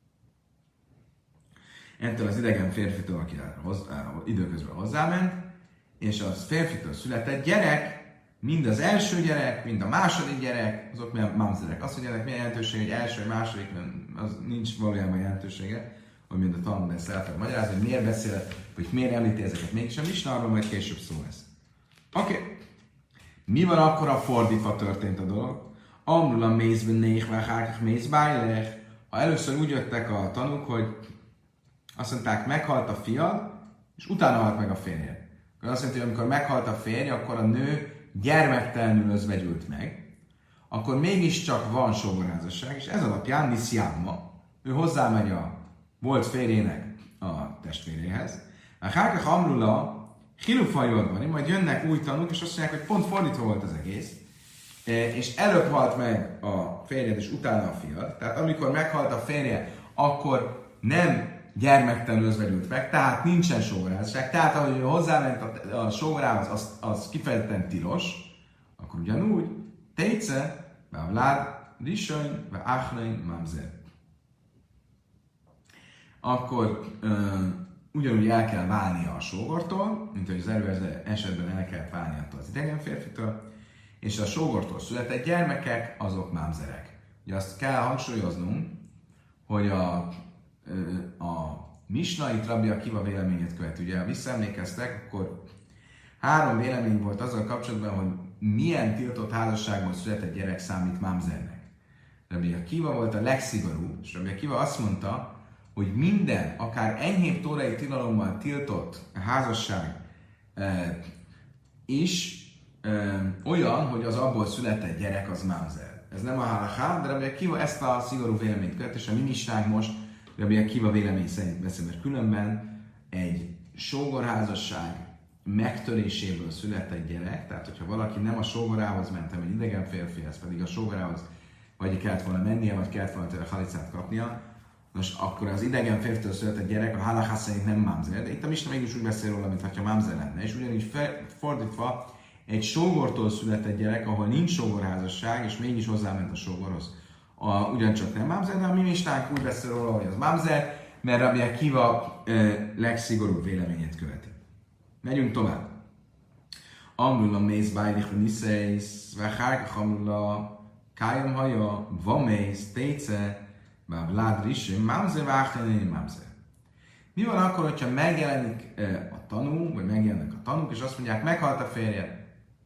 Speaker 1: ettől az idegen férfitől, aki időközben hozzáment, és az férfitől született gyerek, mind az első gyerek, mind a második gyerek, azok milyen mamzerek. Azt mondják, milyen jelentősége, hogy első, vagy második, az nincs valójában jelentősége, hogy mind a Talmud ezt el kell magyarázni, hogy miért beszél, hogy miért említi ezeket mégsem is, arról majd később szó lesz. Oké. Okay. Mi van akkor, a fordítva történt a dolog? Amrul a mézben néh, vágák, méz bájlech. Ha először úgy jöttek a tanúk, hogy azt mondták, meghalt a fiad, és utána halt meg a férjed. Akkor azt mondja, hogy amikor meghalt a férj, akkor a nő gyermektelenül özvegyült meg, akkor mégiscsak van sógorházasság, és ez alapján Niszjáma, ő hozzámegy a volt férjének a testvéréhez. A Hárkach Amrula Hilufajod van, majd jönnek új tanúk, és azt mondják, hogy pont fordítva volt az egész, és előbb halt meg a férjed, és utána a fiad. Tehát amikor meghalt a férje, akkor nem gyermektelenül özvegyült meg, tehát nincsen sógorházasság. Tehát ahogy ő hozzáment a, a sógorához, az, az kifejezetten tilos, akkor ugyanúgy tejtsze, be a vlád, risöny, be áhnain, mamzer. Akkor uh, ugyanúgy el kell válnia a sógortól, mint hogy az előző esetben el kell válnia attól az idegen férfitől, és a sógortól született gyermekek, azok mámzerek. Ugye azt kell hangsúlyoznunk, hogy a, a Misnai Rabbi Akiva véleményét követő. Ugye, ha visszaemlékeztek, akkor három vélemény volt azzal kapcsolatban, hogy milyen tiltott házasságból született gyerek számít mámzernek. Rabbi Akiva volt a legszigorúbb, és Rabbi Akiva azt mondta, hogy minden, akár enyhébb tórai tilalommal tiltott házasság e, is e, olyan, hogy az abból született gyerek az mámzer. Ez nem a halaká, de Rabbi Akiva ezt a szigorú véleményt követ, és a mi misnánk most Rabbi Akiva vélemény szerint beszél, mert különben egy sógorházasság megtöréséből született gyerek, tehát hogyha valaki nem a sógorához ment, hanem egy idegen férfihez, pedig a sógorához vagy kellett volna mennie, vagy kellett volna tőle halicát kapnia, most akkor az idegen férfitől született gyerek a halaká szerint nem mámzer, de itt a Misna mégis úgy beszél róla, mintha mámzer lenne, és ugyanígy fe, fordítva egy sógortól született gyerek, ahol nincs sógorházasság, és mégis hozzáment a sógorhoz, a, ugyancsak nem mámzer, de a mi Misnánk úgy beszél róla, hogy az mámzer, mert Rabbi Akiva e, legszigorúbb véleményét követi. Megyünk tovább. Amrula mész bájlik niszész, vechárka hamrula kájam haja, vamész, téce, bávlád rissim, mámzer váhtenén, mámzer. Mi van akkor, hogyha megjelenik e, a tanú, vagy megjelennek a tanúk, és azt mondják, meghalt a férjed.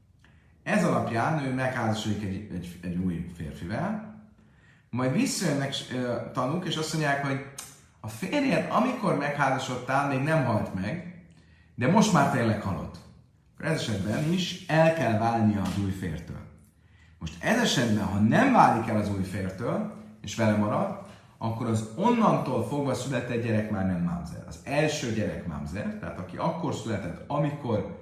Speaker 1: Ez alapján ő megházasodik egy, egy, egy új férfivel, majd visszajönnek e, tanúk, és azt mondják, hogy a férjed, amikor megházasodtál, még nem halt meg, de most már tényleg halott. Akkor ez esetben is el kell válnia az új fértől. Most ez esetben, ha nem válik el az új fértől, és vele marad, akkor az onnantól fogva született gyerek már nem mámzer. Az első gyerek mámzer, tehát aki akkor született, amikor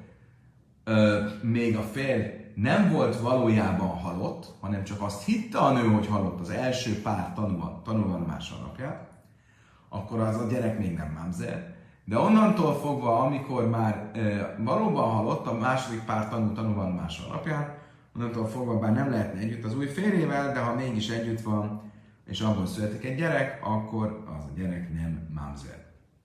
Speaker 1: ö, még a férj nem volt valójában halott, hanem csak azt hitte a nő, hogy halott az első pár tanulvallomása alapján, akkor az a gyerek még nem mámzer. De onnantól fogva, amikor már e, valóban halott a második pár tanú tanulvallomása alapján, onnantól fogva bár nem lehetne együtt az új férjével, de ha mégis együtt van, és abból születik egy gyerek, akkor az a gyerek nem mámzer.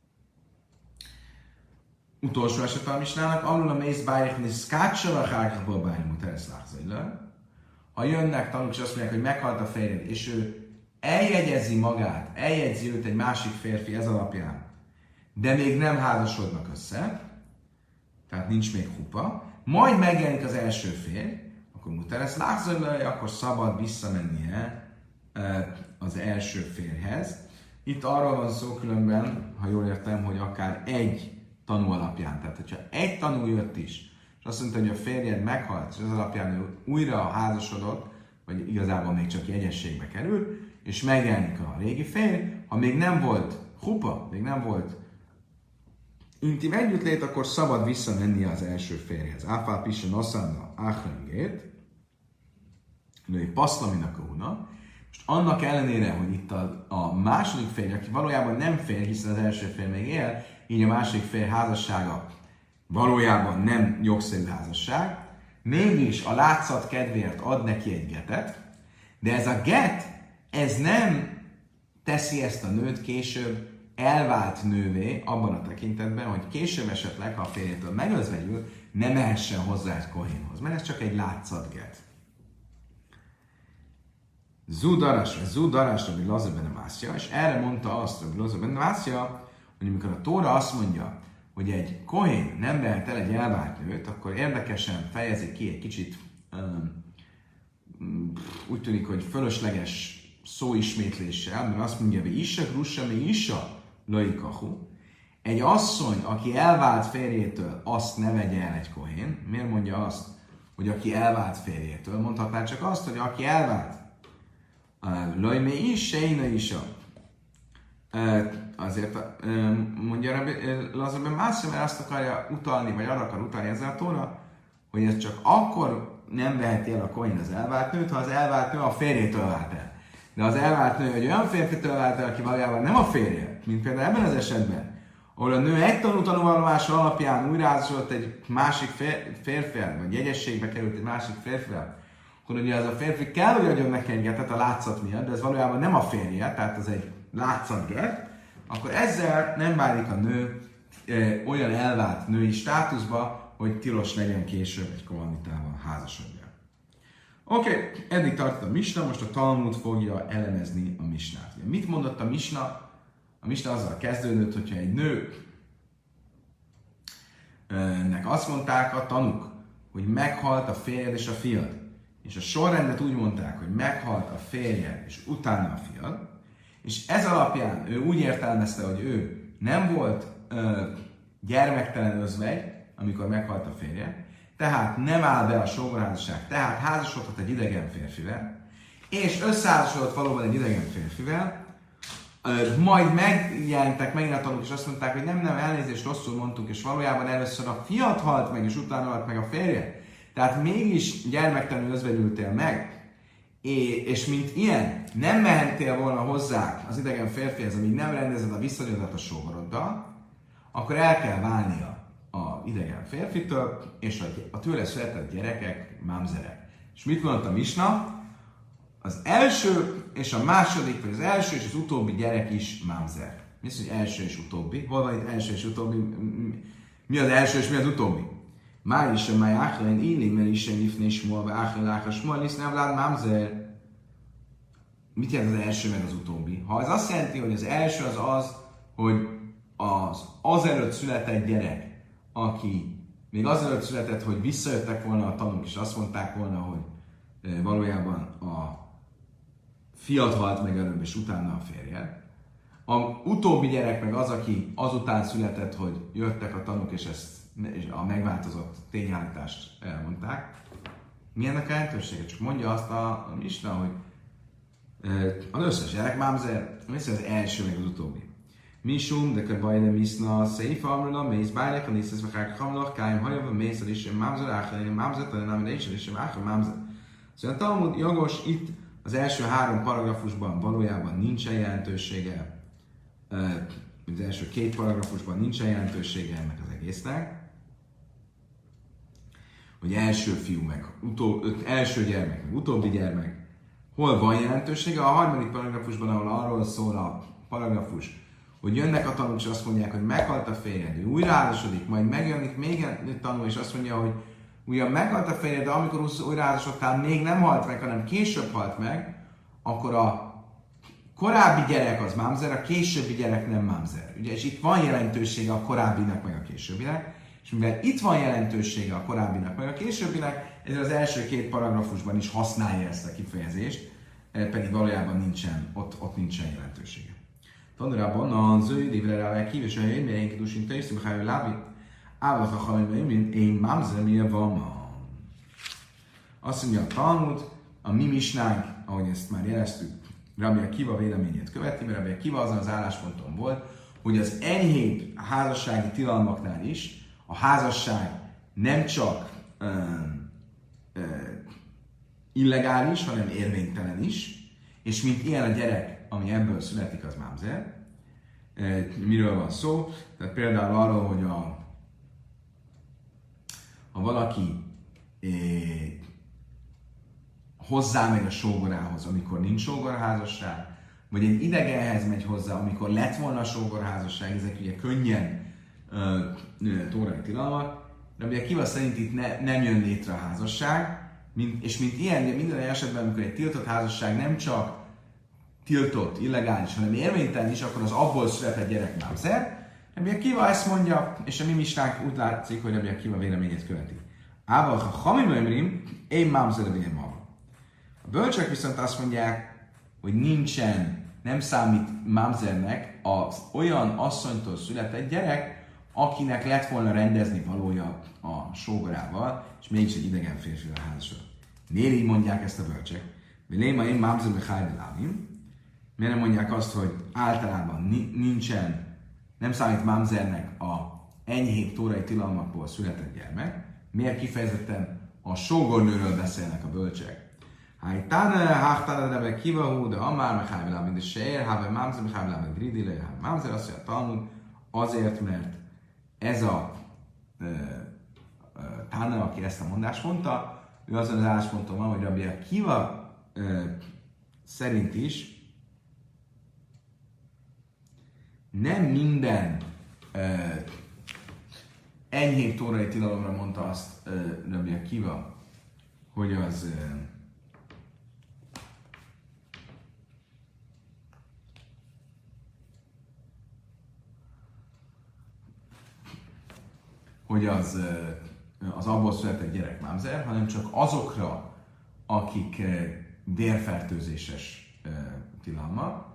Speaker 1: Utolsó eset a Misnának, alul a mész bájékni szkácsa, a hárkakból bájémú tereszláxailag. Ha jönnek tanúk, és azt mondják, hogy meghalt a férjed, és ő eljegyezi magát, eljegyzi őt egy másik férfi ez alapján, de még nem házasodnak össze, tehát nincs még hupa, majd megjelenik az első férj, akkor muteres láxolaj, akkor szabad visszamennie az első férjhez. Itt arról van szó különben, ha jól értem, hogy akár egy tanú alapján, tehát hogyha egy tanú jött is, és azt mondta, hogy a férjed meghalt, és az alapján ő újra házasodott, vagy igazából még csak jegyességbe kerül, és megjelenik a régi férj, ha még nem volt hupa, még nem volt intim együttlét, akkor szabad visszamennie az első férjhez. Áfál pissa nasszánna áhrengét, női paszlaminak a huna. Most annak ellenére, hogy itt a, a második férj, aki valójában nem férj, hiszen az első férj még él, így a második férj házassága valójában nem jogszerű házasság, mégis a látszat kedvéért ad neki egy getet, de ez a get, ez nem teszi ezt a nőt később elvált nővé abban a tekintetben, hogy később esetleg, ha a férjétől megözvegyül, ne mehessen hozzá egy kohénhoz, mert ez csak egy látszatget. Zúdarás, vagy zúdarás, Rabbi Lazar ben Amászja, és erre mondta azt Rabbi Lazar ben Amászja, hogy amikor a Tóra azt mondja, hogy egy kohén nem vehet el egy elvált nőt, akkor érdekesen fejezik ki egy kicsit, um, úgy tűnik, hogy fölösleges szóismétléssel, mert azt mondja, hogy Issa, Grussa, mi Issa, Loikahu. Egy asszony, aki elvált férjétől, azt ne vegye el egy kohén. Miért mondja azt, hogy aki elvált férjétől? Mondhatná csak azt, hogy aki elvált. Loj, mi Issa, Ina Issa. Azért mondja Lazar ben Amászja, mert azt akarja utalni, vagy arra akar utalni ezzel a Tóra, hogy ez csak akkor nem veheti el a kohén az elvált nőt, ha az elvált nő a férjétől vált el. De az elvált nő egy olyan férfitől vált el, aki valójában nem a férje, mint például ebben az esetben, ahol a nő egy tanú tanúvallomása alapján újraházasodott egy másik férfivel, vagy jegyességbe került egy másik férfivel, akkor ugye az a férfi kell, hogy adjon neki egy getet a látszat miatt, de ez valójában nem a férje, tehát ez egy látszatget, akkor ezzel nem válik a nő e, olyan elvált női státuszba, hogy tilos legyen később egy kohanitával házasodnia. Oké, okay, eddig tartott a misna, most a Talmud fogja elemezni a misnát. Mit mondott a misna? A misna azzal kezdődött, hogyha egy nőnek azt mondták a tanúk, hogy meghalt a férjed és a fiad, és a sorrendet úgy mondták, hogy meghalt a férjed és utána a fiad, és ez alapján ő úgy értelmezte, hogy ő nem volt ö, gyermektelen özvegy, amikor meghalt a férje, tehát nem áll be a sógorházasság, tehát házasodhat egy idegen férfivel, és összeházasodott valóban egy idegen férfivel, majd megjelentek megint a tanúk, és azt mondták, hogy nem, nem, elnézést, rosszul mondtuk, és valójában először a fiat halt meg, és utána halt meg a férje. Tehát mégis gyermektelenül özvegyültél meg, és mint ilyen nem mehettél volna hozzá az idegen férfihez, amíg nem rendezed a viszonyodat a sógoroddal, akkor el kell válnia a idegen férfitől, és a tőle született gyerekek mámzerek. És mit mondta a misna? Az első és a második, vagy az első és az utóbbi gyerek is mámzer. Mi az, hogy első és utóbbi? Hol van itt első és utóbbi? Mi az első és mi az utóbbi? Már is a máj áhlein illi, mert is sem ifné smol, vagy áhlein áhlein smol, hisz nem lád mámzer. Mit jelent az első meg az utóbbi? Ha ez azt jelenti, hogy az első az az, hogy az azelőtt született gyerek, aki még azelőtt született, hogy visszajöttek volna a tanúk, és azt mondták volna, hogy valójában a fiat halt meg előbb, és utána a férje. A utóbbi gyerek meg az, aki azután született, hogy jöttek a tanúk, és ezt és a megváltozott tényállítást elmondták. Milyennek a jelentősége? Csak mondja azt a, a misna, hogy az összes gyerek mámzer, ez az első meg az utóbbi. Misum, de kell bajle misna, széfa amrula, mész bájlek, a nézesz vekák hamlak, kájm hajava, mész a lisem mámzer, áhel, mámzer, talán nem is a lisem áhel, mámzer. Szóval a Talmud jogos, itt az első három paragrafusban valójában nincsen jelentősége, az első két paragrafusban nincsen jelentősége ennek az egésznek, hogy első fiú meg utó, első gyermek meg utóbbi gyermek, hol van jelentősége? A harmadik paragrafusban, ahol arról szól a paragrafus, hogy jönnek a tanúk, és azt mondják, hogy meghalt a férjed, ő újra házasodik, majd megjönnik még egy tanú, és azt mondja, hogy ugyan meghalt a férjed, de amikor újra házasodtál, még nem halt meg, hanem később halt meg, akkor a korábbi gyerek az mámzer, a későbbi gyerek nem mámzer. Ugye, és itt van jelentősége a korábbinak, meg a későbbinek, és mivel itt van jelentősége a korábbinak, meg a későbbinek, ezért az első két paragrafusban is használja ezt a kifejezést, pedig valójában nincsen, ott, ott nincsen jelentősége. Tanulában a zöld évre rá kíves a hely, mert én kedusint tejszünk, ha ő lábi, állak a halomban, mint én mámzer, milyen van ma. Azt mondja a Talmud, a mi misnánk, ahogy ezt már jeleztük, Rabbi Akiva véleményét követi, mert Rabbi Akiva azon az állásponton volt, hogy az enyhébb házassági tilalmaknál is a házasság nem csak ö, ö, illegális, hanem érvénytelen is, és mint ilyen a gyerek, ami ebből születik, az mámzer. Miről van szó? Tehát például arról, hogy a, ha valaki é, hozzámegy a sógorához, amikor nincs sógorházasság, vagy egy idegenhez megy hozzá, amikor lett volna a sógorházasság, ezek ugye könnyen uh, tórai tilalmak, de ugye Kiva szerint itt ne, nem jön létre a házasság, mint, és mint ilyen, minden esetben, amikor egy tiltott házasság nem csak tiltott, illegális, hanem érvénytelen is, akkor az abból született gyerek mámzer. Rabbi Akiva ezt mondja, és a mi misnánk úgy látszik, hogy Rabbi Akiva véleményét követi. Ával, ha hamim ömrim, én mámzer a maga. A bölcsek viszont azt mondják, hogy nincsen, nem számít mámzernek az olyan asszonytól született gyerek, akinek lett volna rendezni valója a sógorával, és mégis egy idegen férfivel házasodott. Miért így mondják ezt a bölcsek? Léma én mámzerbe hájvelávim. Miért nem mondják azt, hogy általában nincsen, nem számít mámzernek a enyhébb tórai tilalmakból született gyermek? Miért kifejezetten a sógornőről beszélnek a bölcsek? Hájtán, hájtán, Rabbi Akiva hú, de amár, meg hájvelávim, de seér, hájvel mámzer, meg hájvelávim, gridile, hájvel mámzer, azt mondja a Talmud, azért, mert ez a uh, uh, Tána, aki ezt a mondást mondta, ő azon az állásponton van, hogy Rabbi Akiva uh, szerint is nem minden uh, enyhébb tórai tilalomra mondta azt Rabbi Akiva, hogy az hogy az, az abból született gyerek mámzer, hanem csak azokra, akik vérfertőzéses tilalma,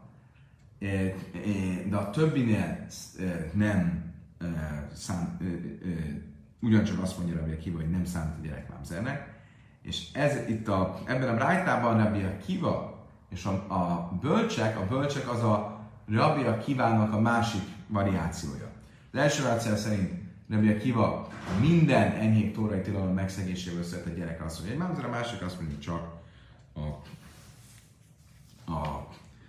Speaker 1: de a többinél nem szám, ugyancsak azt mondja Rabbi Akiva, hogy nem számít a gyerek mámzernek, és ez itt a, ebben a brájtában Rabbi Akiva és a, a bölcsek, a bölcsek az a Rabbi Akivának a másik variációja. Az első variáció szerint Rabbi Akiva minden enyhék tórai tilalom megszegéséből született gyerek azt mondja, egy mámzer, a másik azt mondja, csak a, a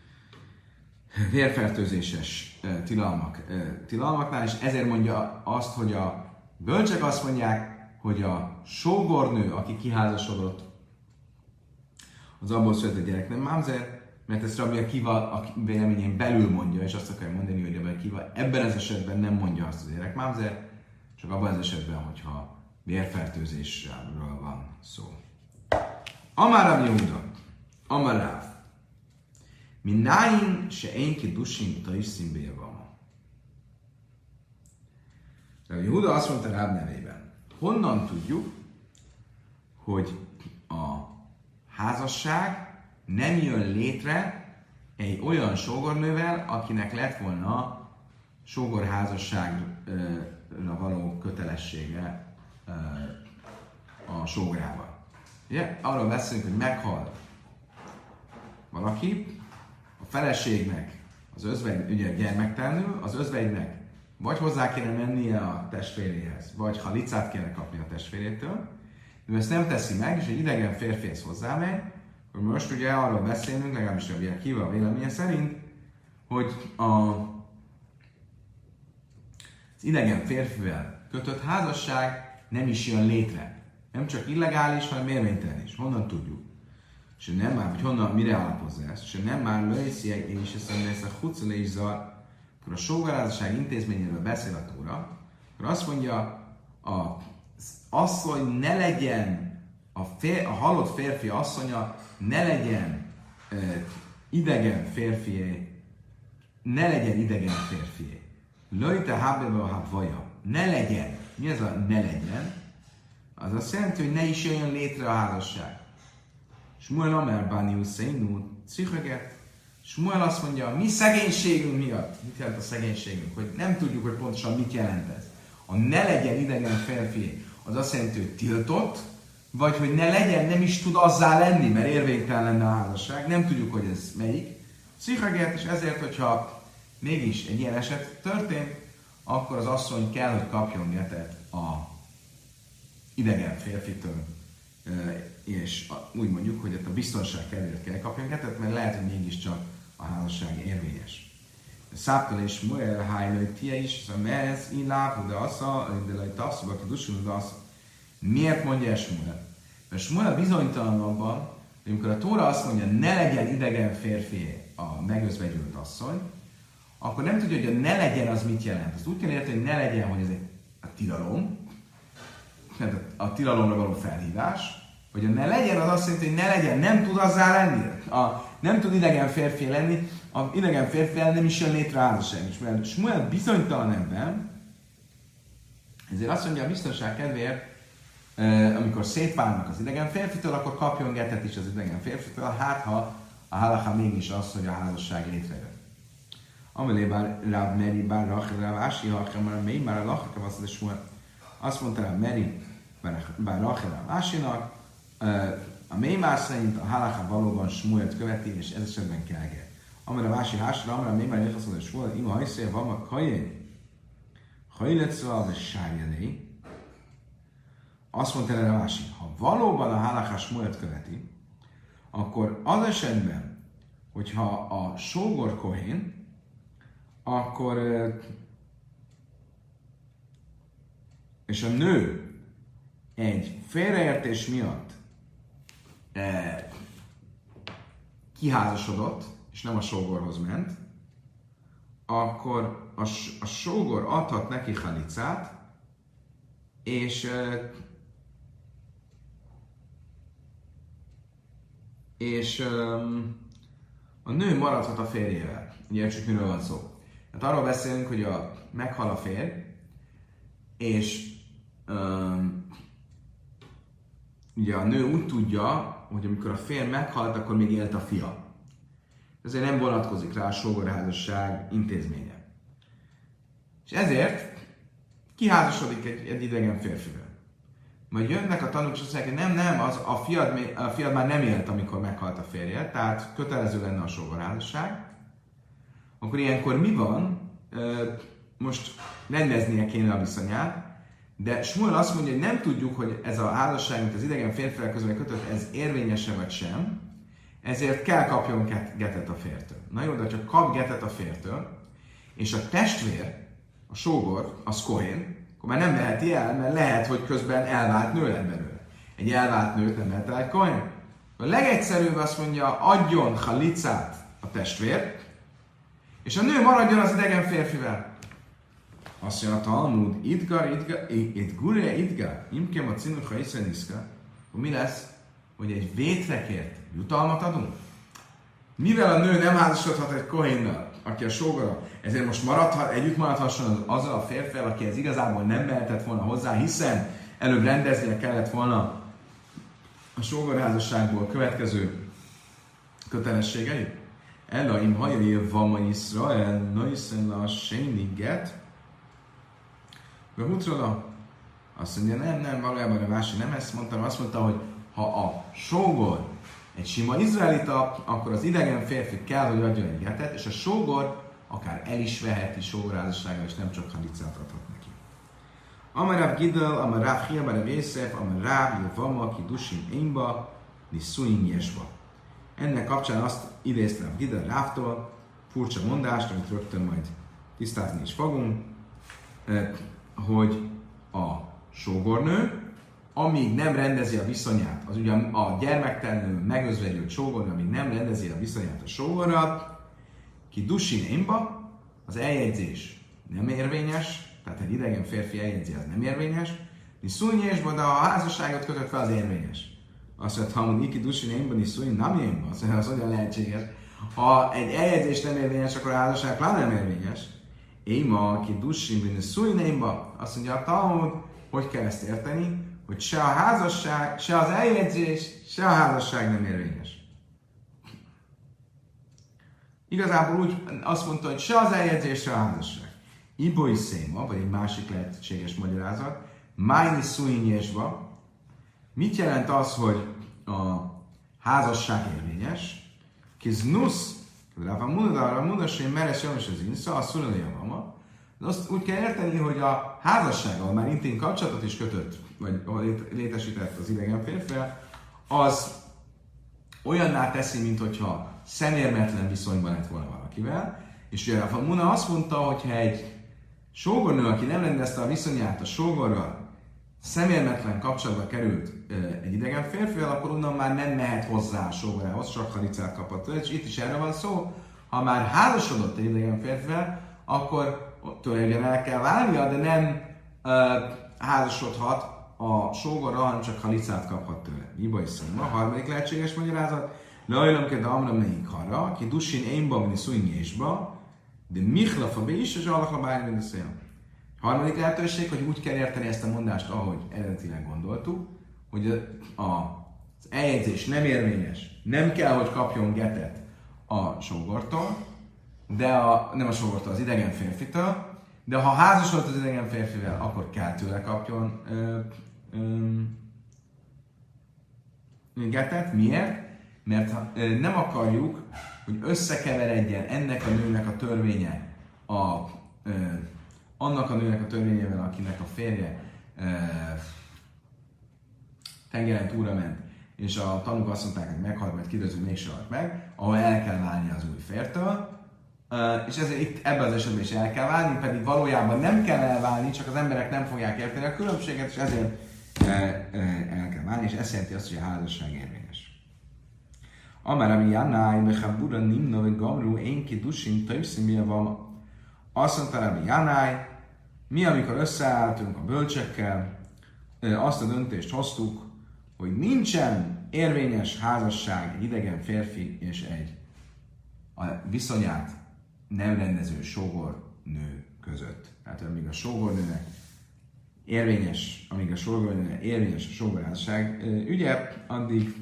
Speaker 1: vérfertőzéses tilalmak, tilalmaknál, és ezért mondja azt, hogy a bölcsek azt mondják, hogy a sógornő, aki kiházasodott, az abból született gyerek nem mámzer, mert ezt Rabbi Akiva a véleményén belül mondja, és azt akarja mondani, hogy Rabbi Akiva ebben az esetben nem mondja azt az gyerek mámzer, csak abban az esetben, hogyha vérfertőzésről van szó. Amár Rabbi Yehuda, Amár Ráv, Minnáin se én ki dusin taiszin bévama. Rabbi Yehuda azt mondta Ráv nevében, honnan tudjuk, hogy a házasság nem jön létre egy olyan sógornővel, akinek lett volna sógorházasságra való kötelessége a sógrával. Ugye? Arról beszélünk, hogy meghal valaki, a feleségnek az özvegy, ugye gyermektelenül, az özvegynek vagy hozzá kéne mennie a testvéréhez, vagy halicát kéne kapni a testvérétől, de ezt nem teszi meg, és egy idegen férfihez hozzámegy, akkor most ugye arról beszélünk, legalábbis Rabbi Akiva a véleménye szerint, hogy a, az idegen férfivel kötött házasság nem is jön létre. Nem csak illegális, hanem érvénytelen is. Honnan tudjuk? És nem már, hogy honnan, mire alapozza ezt? És nem már lőszi, én is eszembe ezt a hucele is zar, akkor a sógorházasság intézményéről beszél a Tóra, akkor azt mondja, az asszony ne legyen, a, fér, a halott férfi asszonya ne legyen e, idegen férfié, ne legyen idegen férfié. Lőjte hábebe a hábvaja. Ne legyen. Mi ez a ne legyen? Az azt jelenti, hogy ne is jöjjön létre a házasság. Smuel Amer Bani Husseinu Cichaget. Smuel azt mondja, mi szegénységünk miatt. Mit jelent a szegénységünk? Hogy nem tudjuk, hogy pontosan mit jelent ez. A ne legyen idegen férfi, az azt jelenti, hogy tiltott, vagy hogy ne legyen, nem is tud azzá lenni, mert érvénytelen lenne a házasság. Nem tudjuk, hogy ez melyik. Cichaget, és ezért, hogyha mégis egy ilyen eset történt, akkor az asszony kell, hogy kapjon getet a idegen férfitől, és úgy mondjuk, hogy a biztonság kedvéért kell kapjon getet, mert lehet, hogy mégiscsak a házasság érvényes. Száptól és Moel Hájlő Tia is, a mez, így lápú, de assza, de lejt asszú, aki dusul, de assza. Miért mondja ezt Smuel? Mert Smuel bizonytalan abban, hogy amikor a Tóra azt mondja, ne legyen idegen férfi a megözvegyült asszony, akkor nem tudja, hogy a ne legyen az mit jelent. Azt úgy kell érteni, hogy ne legyen, hogy ez egy a tilalom, tehát a, a tilalomra való felhívás, hogy a ne legyen az azt jelenti, hogy ne legyen, nem tud azzá lenni. A, nem tud idegen férfi lenni, a idegen férfi nem is jön létre a házasság is. Mert Smuel bizonytalan ebben, ezért azt mondja a biztonság kedvéért, amikor szétválnak az idegen férfitől, akkor kapjon getet is az idegen férfitől, hát ha a halacha mégis az, hogy a házasság létrejön. Amelé bár Ráv Meri, bár Rachel, Ráv Ási, ha már mély, már a lachaka vasszad, és azt mondta Ráv Meri, bár Rachel, Ráv Ásinak, a mély már szerint a halacha valóban Smuelt követi, és ez esetben kell get. Amire a Ási hásra, amire a mély már jöjjön, és Smuel, ima hajszél, van ma kajé, hajletszva, de sárjelé. Azt mondta erre a Ási, ha valóban a halacha Smuelt követi, akkor az esetben, hogyha a sógor kohén, akkor és a nő egy félreértés miatt eh, kiházasodott, és nem a sógorhoz ment, akkor a, a sógor adhat neki halicát, és és a nő maradhat a férjével. Ugye csak miről van szó. Hát arról beszélünk, hogy a, meghal a férj, és um, ugye a nő úgy tudja, hogy amikor a férj meghalt, akkor még élt a fia. Ezért nem vonatkozik rá a sógorházasság intézménye. És ezért kiházasodik egy, egy idegen férfivel. Majd jönnek a tanúk, és azt mondják, hogy nem, nem, az, a, fiad, a fiad már nem élt, amikor meghalt a férje, tehát kötelező lenne a sógorházasság. Akkor ilyenkor mi van? Most rendeznie kéne a viszonyát, de Smuel azt mondja, hogy nem tudjuk, hogy ez a házasság, mint az idegen férfivel közben kötött, ez érvényese vagy sem, ezért kell kapjon getet a fértől. Na jó, de csak kap getet a fértől, és a testvér, a sógor, az kohén, akkor már nem veheti el, mert lehet, hogy közben elvált nő lett belőle. Egy elvált nőt nem lehet el egy kohén. A legegyszerűbb azt mondja, adjon halicát a testvér, és a nő maradjon az idegen férfivel. Azt mondja a Talmud, idgar, idgar, idgure, idgar, imkem a cinucha iszeniszka, akkor mi lesz, hogy egy vétrekért jutalmat adunk? Mivel a nő nem házasodhat egy kohénnal, aki a sógora, ezért most maradhat, együtt maradhasson az, azzal a férfivel, akihez igazából nem mehetett volna hozzá, hiszen előbb rendeznie kellett volna a sógorházasságból következő kötelességeit. Elaim hajai vama Yisrael, noiszen a séniget. Behutrola. Azt mondja, nem, nem, valójában a Vási nem ezt mondtam, azt mondta, hogy ha a sógor egy sima izraelita, akkor az idegen férfi kell, hogy adjon egy getet, és a sógor akár el is veheti sógorházassággal, és nem csak halicát adhat neki. Amarav Gidel, Amarav Hia, Amarav Észef, Amarav Jevama, ki Dusin Énba, Niszuin Jesba. Ennek kapcsán azt idézte a Gidel Ráftól, furcsa mondást, amit rögtön majd tisztázni is fogunk, hogy a sógornő, amíg nem rendezi a viszonyát, az ugye a gyermektelenül megözvegyült sógornő, amíg nem rendezi a viszonyát a sógorral, ki Dusin Énba, az eljegyzés nem érvényes, tehát egy idegen férfi eljegyzi, az nem érvényes, Niszuin Jesba, de ha a házasságot kötött fel, az érvényes. Azt mondja, ha mondjuk, iki Dusin Énba, Niszuin nem Énba, azt mondja, az olyan lehetséges. Ha egy eljegyzés nem érvényes, akkor a házasság pláne nem érvényes. Éma, ki Dusin, Niszuin Énba, azt mondja a Talmud, hogy kell ezt érteni, hogy se a házasság, se az eljegyzés, se a házasság nem érvényes. Igazából úgy azt mondta, hogy se az eljegyzés, se a házasság. Iboi széma, vagy egy másik lehetséges magyarázat, májni szuinyésba. Mit jelent az, hogy a házasság érvényes? Kiznusz, Ráfa Munadára, Munasén, Meres, Janos az Insza, a Szulani Javama. Azt úgy kell érteni, hogy a házassággal már intén kapcsolatot is kötött, vagy létesített az idegen férfivel, az olyanná teszi, mint hogyha szemérmetlen viszonyban lett volna valakivel, és ugye a Muna azt mondta, hogy ha egy sógornő, aki nem rendezte a viszonyát a sógorral, szemérmetlen kapcsolatba került egy idegen férfivel, akkor onnan már nem mehet hozzá a sógorához, csak halicát kapott. És itt is erre van szó, ha már házasodott egy idegen férfivel, akkor tulajdonképpen el kell válnia, de nem uh, házasodhat a sógorral, hanem csak halicát kaphat tőle. Mi baj szóval? A harmadik lehetséges magyarázat. Lajlam ke damra melyik harra, ki dusin énba, vini szunyésba, de michlafa be is, és alakla bármi mind a szél. Harmadik lehetőség, hogy úgy kell érteni ezt a mondást, ahogy eredetileg gondoltuk, hogy a, a, az eljegyzés nem érvényes, nem kell, hogy kapjon getet a sógortól, de a, nem a sógortól, az idegen férfitől, de ha házasodott az idegen férfivel, akkor kell tőle kapjon ö, ö, getet. Miért? Mert ö, nem akarjuk, hogy összekeveredjen ennek a nőnek a törvénye a, ö, annak a nőnek a törvényével, akinek a férje ö, tengeren túlra ment, és a tanúk azt mondták, hogy meghalt, majd kiderült, hogy mégsem halt meg, ahol el kell válni az új fértől, Uh, és ezért itt ebben az esetben is el kell válni, pedig valójában nem kell elválni, csak az emberek nem fogják érteni a különbséget, és ezért uh, uh, el kell válni, és ez jelenti azt, hogy a házasság érvényes. Amár ami Jannáj, Bechabura, Nimna, vagy Gamru, Énki, Dusin, Töjszimia van. Azt mondta Rabbi Jannáj, mi amikor összeálltunk a bölcsekkel, azt a döntést hoztuk, hogy nincsen érvényes házasság egy idegen férfi és egy a viszonyát nem rendező sógornő között. Tehát amíg a sógornőnek érvényes, amíg a sógornőnek érvényes a sógorházasság ügye, addig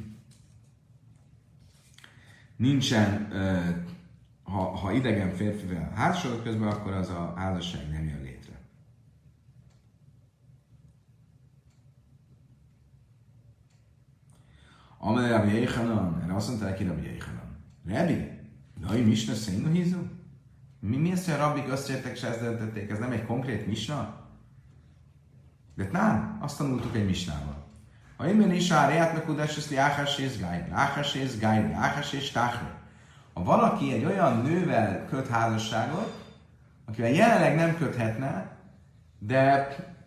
Speaker 1: nincsen, ha, ha idegen férfivel házasodott közben, akkor az a házasság nem jön létre. Amelé Rabbi Jéhanan, erre azt mondta neki Rabbi Jéhanan. Rabbi, Nai Misna Szénu hízó? Mi, mi az, hogy a rabbik azt értek, és ezt döntötték? Ez nem egy konkrét misna? De nem, azt tanultuk egy misnával. Ha én menne is árját megudás, ezt liáhás és gájr, liáhás és gájr, liáhás és táhre. Ha valaki egy olyan nővel köt házasságot, akivel jelenleg nem köthetne, de,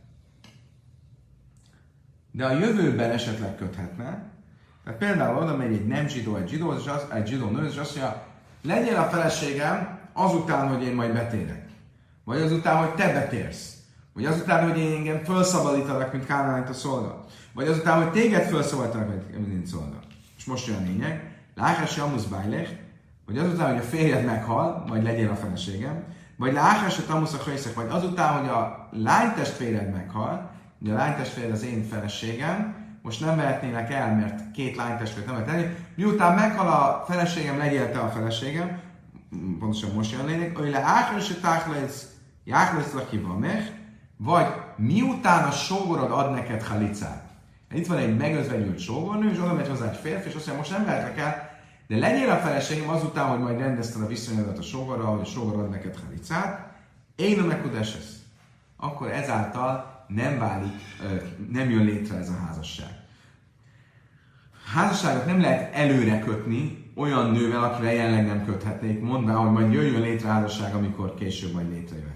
Speaker 1: de a jövőben esetleg köthetne, tehát például oda megy egy nem zsidó, egy zsidó, és az, egy zsidó nő, és azt mondja, legyél a feleségem azután, hogy én majd betérek. Vagy azután, hogy te betérsz. Vagy azután, hogy én engem felszabadítanak, mint Kánaányt a szolga. Vagy azután, hogy téged felszabadítanak, mint szolga. És most jön a lényeg. Láhás jamusz bájlech, vagy azután, hogy a férjed meghal, vagy legyél a feleségem. Vagy láhás a tamusz a hajszak, vagy azután, hogy a lánytestvéred meghal, ugye a lánytestvéred az én feleségem, most nem vehetnének el, mert két lánytestvért nem lehet tenni. Miután meghal a feleségem, legyél te a feleségem, pontosan most jön lényeg, hogy le áhás a táhlesz, jáhlesz lakiva mech, vagy miután a sógorod ad neked halicát. Itt van egy megözvegyült sógornő, és oda megy hozzá egy férfi, és azt mondja, most nem vehetek el, de legyél a feleségem azután, hogy majd rendezted a viszonyodat a sógorral, hogy a sógor ad neked halicát, én a megudesesz. Akkor ezáltal nem válik, nem jön létre ez a házasság. Házasságot nem lehet előre kötni olyan nővel, akivel jelenleg nem köthetnék, mondván, hogy majd jöjjön létre házasság, amikor később majd létrejöhet.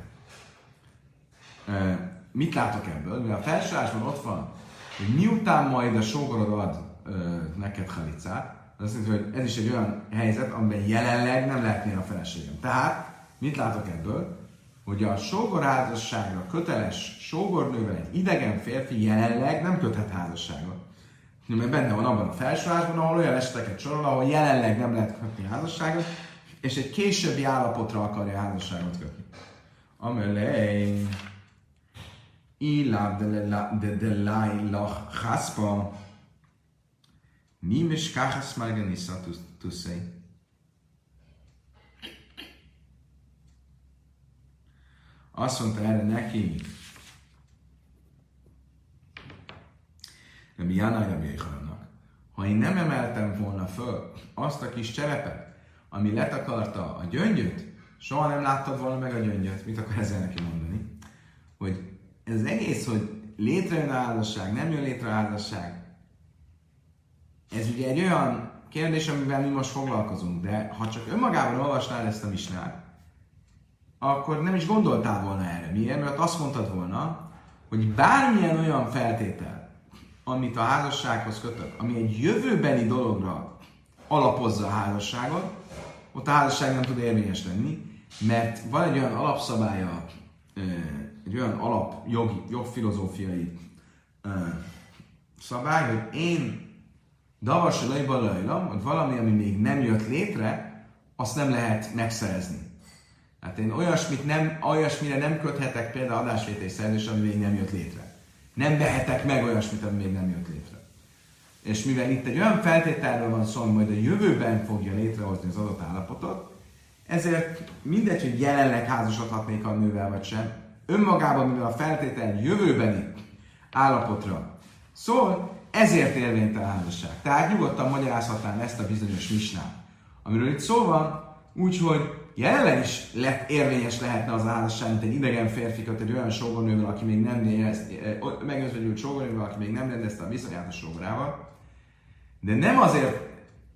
Speaker 1: Mit látok ebből? Mivel a felsőásban ott van, hogy miután majd a sógorod ad ö, neked halicát, az azt jelenti, hogy ez is egy olyan helyzet, amiben jelenleg nem lehetnél a feleségem. Tehát, mit látok ebből? Hogy a sógorházasságra köteles sógornővel egy idegen férfi jelenleg nem köthet házasságot. Mert benne van abban a felsőházban, ahol olyan eseteket sorol, ahol jelenleg nem lehet kötni házasságot, és egy későbbi állapotra akarja házasságot kötni. Amelé Ila de de lai lach haspa mi miskachas marganisa to say. Azt mondta erre neki, Rabbi Jánai Rabbi Jéhanannak, ha én nem emeltem volna föl azt a kis cserepet, ami letakarta a gyöngyöt, soha nem láttad volna meg a gyöngyöt. Mit akar ezzel neki mondani? Hogy ez az egész, hogy létrejön a házasság, nem jön létre a házasság, ez ugye egy olyan kérdés, amivel mi most foglalkozunk, de ha csak önmagában olvasnál ezt a misnát, akkor nem is gondoltál volna erre. Miért? Mert azt mondtad volna, hogy bármilyen olyan feltétel, amit a házassághoz kötök, ami egy jövőbeni dologra alapozza a házasságot, ott a házasság nem tud érvényes lenni, mert van egy olyan alapszabálya, egy olyan alapjogi, jogfilozófiai szabály, hogy én davas lejba lejlam, hogy valami, ami még nem jött létre, azt nem lehet megszerezni. Hát én olyasmit nem, olyasmire nem köthetek például adásvételi szerződés, ami még nem jött létre. Nem vehetek meg olyasmit, ami még nem jött létre. És mivel itt egy olyan feltételről van szó, hogy majd a jövőben fogja létrehozni az adott állapotot, ezért mindegy, hogy jelenleg házasodhatnék a nővel vagy sem, önmagában, mivel a feltétel jövőbeni állapotra szól, ezért érvénytelen házasság. Tehát nyugodtan magyarázhatnám ezt a bizonyos misnát, amiről itt szó van, úgyhogy jelenleg is lett, érvényes lehetne az a házasság, mint egy idegen férfi köt egy olyan sógornővel, aki még nem megözvegyült sógornővel, aki még nem rendezte a viszonyát a sógorával, de nem azért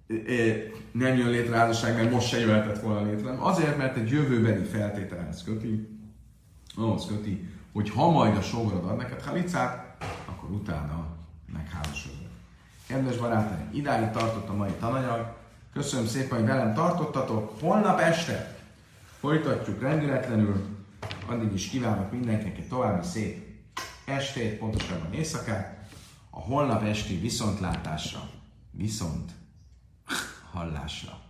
Speaker 1: nem jön létre a házasság, mert most se jöhetett volna létre, hanem azért, mert egy jövőbeni feltételhez köti, ahhoz köti, hogy ha majd a sógorod ad neked halicát, akkor utána megházasodnak. Kedves barátaim, idáig tartott a mai tananyag. Köszönöm szépen, hogy velem tartottatok. Holnap este folytatjuk rendületlenül. Addig is kívánok mindenkinek egy további szép estét, pontosabban éjszakát, a holnap esti viszontlátásra, viszont hallásra.